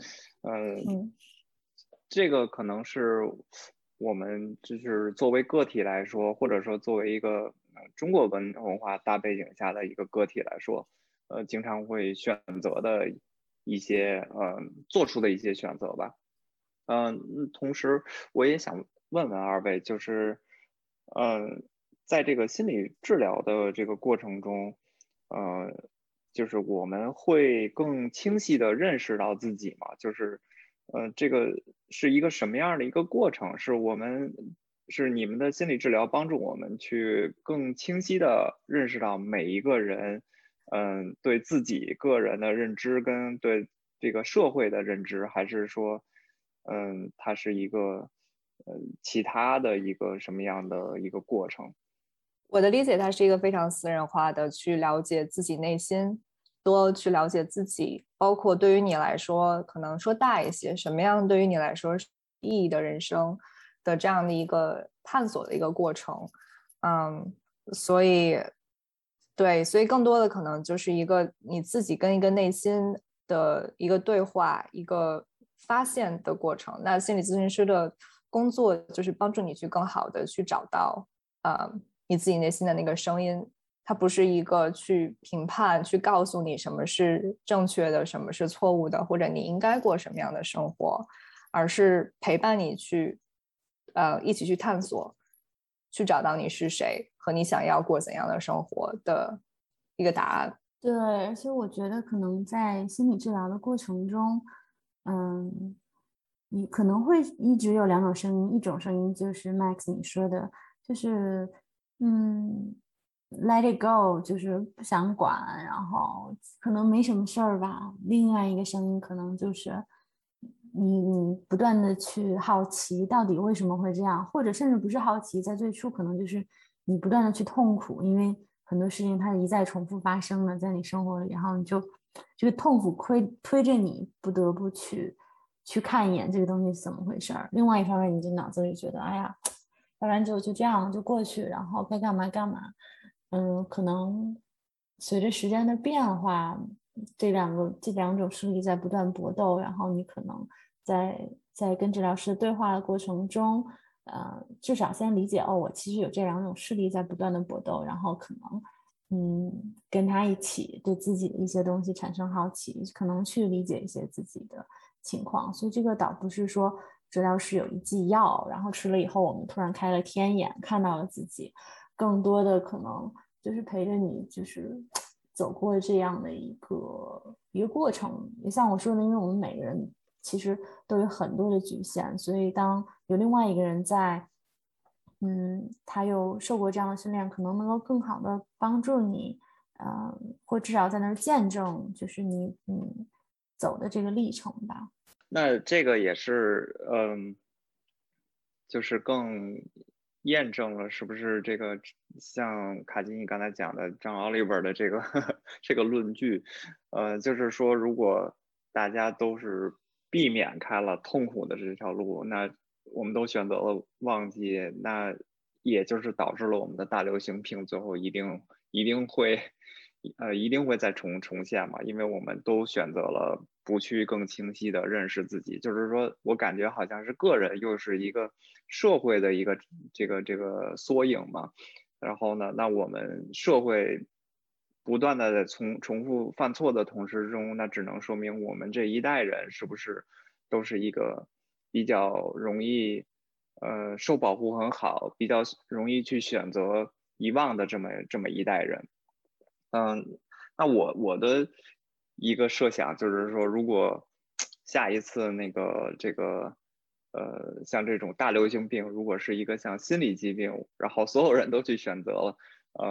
这个可能是我们就是作为个体来说，或者说作为一个中国文化大背景下的一个个体来说，经常会选择的一些做出的一些选择吧。同时我也想问问二位，就是在这个心理治疗的这个过程中，就是我们会更清晰地认识到自己嘛？就是这个是一个什么样的一个过程？是你们的心理治疗帮助我们去更清晰地认识到每一个人，对自己个人的认知跟对这个社会的认知，还是说，它是一个其他的一个什么样的一个过程？ 我的理解，它是一个非常私人化的去了解自己内心，多去了解自己，包括对于你来说，可能说大一些，什么样对于你来说是意义的人生的这样的一个探索的一个过程。所以对，所以更多的可能就是一个你自己跟一个内心的一个对话，一个发现的过程。那心理咨询师的工作就是帮助你去更好的去找到你自己内心的那个声音，它不是一个去评判、去告诉你什么是正确的，什么是错误的，或者你应该过什么样的生活，而是陪伴你去一起去探索，去找到你是谁和你想要过怎样的生活的一个答案。 对，而且我觉得可能在心理治疗的过程中，你可能会一直有两种声音，一种声音就是 Max 你说的，就是let it go，就是不想管，然后可能没什么事儿吧。另外一个声音可能就是你不断的去好奇到底为什么会这样，或者甚至不是好奇，在最初可能就是你不断的去痛苦，因为很多事情它一再重复发生了在你生活里，然后你就这个痛苦推着你不得不去看一眼这个东西是怎么回事儿。另外一方面，你就脑子里觉得，哎呀，要不然就这样就过去，然后该干嘛干嘛。可能随着时间的变化，这两种势力在不断搏斗，然后你可能在跟治疗师对话的过程中，至少先理解我其实有这两种势力在不断的搏斗，然后可能跟他一起对自己的一些东西产生好奇，可能去理解一些自己的情况。所以这个倒不是说治疗师有一剂药，然后吃了以后我们突然开了天眼，看到了自己，更多的可能就是陪着你，就是走过这样的一个过程。也像我说的，因为我们每个人其实都有很多的局限，所以当有另外一个人在，他又受过这样的训练，可能能够更好的帮助你，或至少在那儿见证，就是你走的这个历程吧。 那这个也是，就是更验证了是不是这个像卡金你刚才讲的张奥利弗的这个这个论据，就是说如果大家都是避免开了痛苦的这条路，那我们都选择了忘记，那也就是导致了我们的大流行病最后一定会再重现嘛，因为我们都选择了不去更清晰的认识自己，就是说我感觉好像是个人又是一个社会的一个这个缩影嘛，然后呢，那我们社会不断的重复犯错的同时中，那只能说明我们这一代人是不是都是一个比较容易受保护很好，比较容易去选择遗忘的这么一代人。那我的一个设想，就是说如果下一次像这种大流行病，如果是一个像心理疾病，然后所有人都去选择了，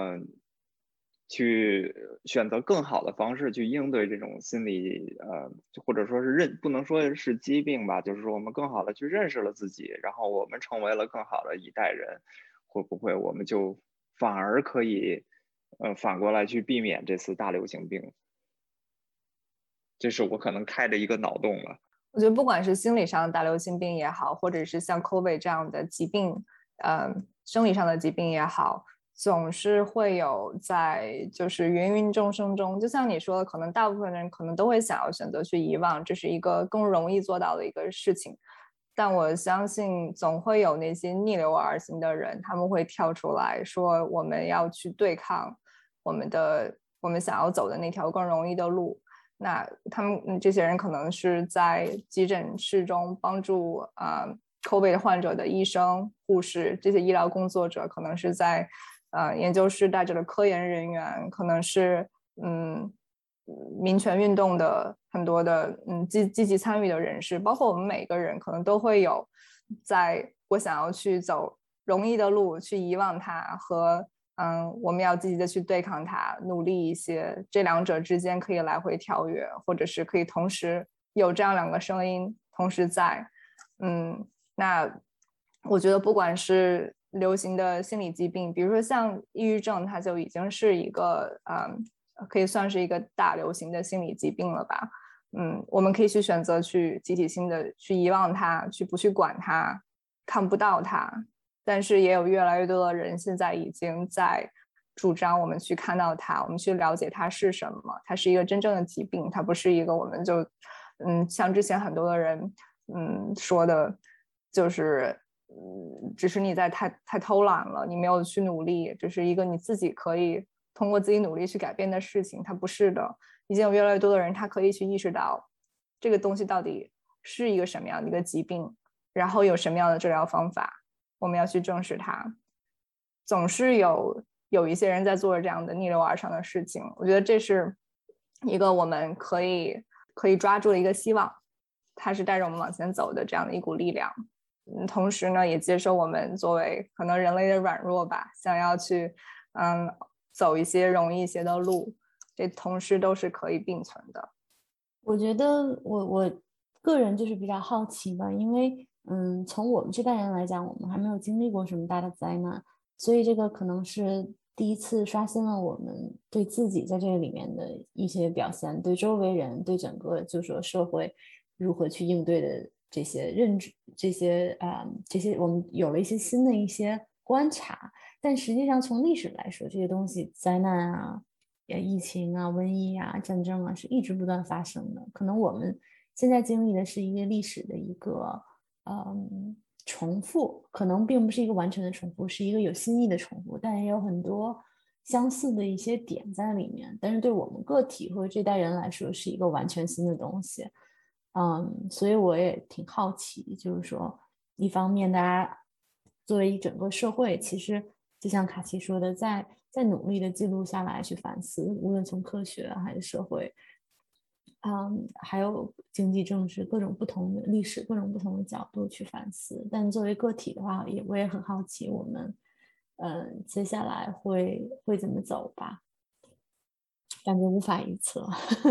去选择更好的方式去应对这种心理，或者说是不能说是疾病吧，就是说我们更好的去认识了自己，然后我们成为了更好的一代人，会不会我们就反而可以，反过来去避免这次大流行病？这是我可能开的一个脑洞了。 我觉得不管是心理上的大流行病也好，或者是像 COVID 这样的疾病，生理上的疾病也好，总是会有在就是芸芸众生中，就像你说的，可能大部分人可能都会想要选择去遗忘，这是一个更容易做到的一个事情。但我相信总会有那些逆流而行的人，他们会跳出来说我们要去对抗我们想要走的那条更容易的路。那他们这些人可能是在急诊室中帮助COVID 患者的医生、护士，这些医疗工作者，可能是在研究室带着的科研人员，可能是民权运动的很多的积极参与的人士，包括我们每个人，可能都会有在我想要去走容易的路，去遗忘它和我们要积极的去对抗它，努力一些，这两者之间可以来回跳跃，或者是可以同时有这样两个声音同时在。那我觉得不管是流行的心理疾病，比如说像抑郁症，它就已经是一个可以算是一个大流行的心理疾病了吧。我们可以去选择去集体性的去遗忘它，去不去管它，看不到它。但是也有越来越多的人现在已经在主张我们去看到它，我们去了解它是什么，它是一个真正的疾病，它不是一个我们就像之前很多的人说的，就是只是你在太偷懒了，你没有去努力，这是一个你自己可以通过自己努力去改变的事情，它不是的。已经有越来越多的人他可以去意识到这个东西到底是一个什么样的一个疾病，然后有什么样的治疗方法，我们要去正视它。总是有一些人在做这样的逆流而上的事情，我觉得这是一个我们可以抓住的一个希望，它是带着我们往前走的这样的一股力量。同时呢，也接受我们作为可能人类的软弱吧，想要去走一些容易一些的路，这同时都是可以并存的。 我觉得我个人就是比较好奇吧，因为从我们这代人来讲，我们还没有经历过什么大的灾难，所以这个可能是第一次刷新了我们对自己在这个里面的一些表现，对周围人，对整个就是说社会如何去应对的这些认知，这些我们有了一些新的一些观察。但实际上从历史来说，这些东西灾难啊、疫情啊、瘟疫啊、战争啊是一直不断发生的。可能我们现在经历的是一个历史的一个重复，可能并不是一个完全的重复，是一个有新意的重复，但也有很多相似的一些点在里面。但是对我们个体或者这代人来说，是一个完全新的东西。所以我也挺好奇，就是说，一方面大家作为一整个社会，其实就像卡奇说的，在努力的记录下来去反思，无论从科学还是社会，还有经济政治各种不同的历史各种不同的角度去反思。但作为个体的话，我也很好奇，我们接下来会怎么走吧？感觉无法预测。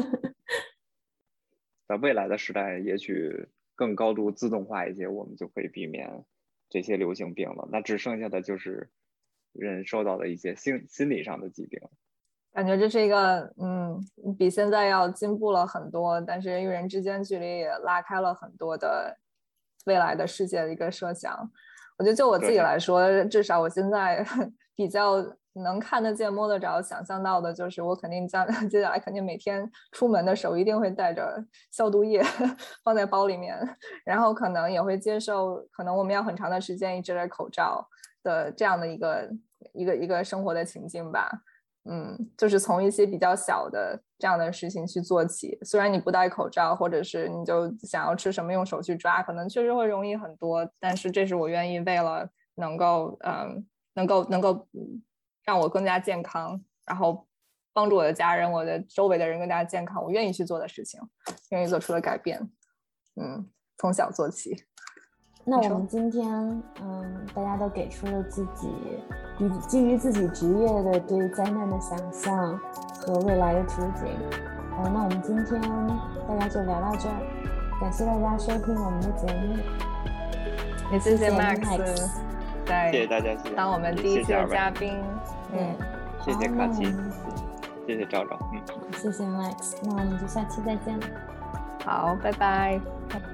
在未来的时代，也许更高度自动化一些，我们就可以避免这些流行病了。那只剩下的就是人受到的一些心理上的疾病。 感觉这是一个比现在要进步了很多，但是人与人之间距离也拉开了很多的未来的世界的一个设想。我觉得就我自己来说，至少我现在比较能看得见摸得着想象到的就是我肯定接下来肯定每天出门的时候一定会带着消毒液放在包里面，然后可能也会接受可能我们要很长的时间一直戴口罩的这样的一个生活的情境吧。就是从一些比较小的这样的事情去做起，虽然你不戴口罩或者是你就想要吃什么用手去抓，可能确实会容易很多，但是这是我愿意为了能够让我更加健康，然后帮助我的家人、我的周围的人更加健康，我愿意去做的事情，愿意做出的改变。从小做起。 那我们今天大家都给出了自己基于自己职业的对灾难的想象和未来的图景。那我们今天大家就聊到这儿，感谢大家收听我们的节目， 也谢谢 Max 谢谢大家， 当我们第一期的嘉宾。 谢谢卡奇，谢谢赵赵， 谢谢 Max， 那我们就下期再见了。 好，拜拜。 拜拜。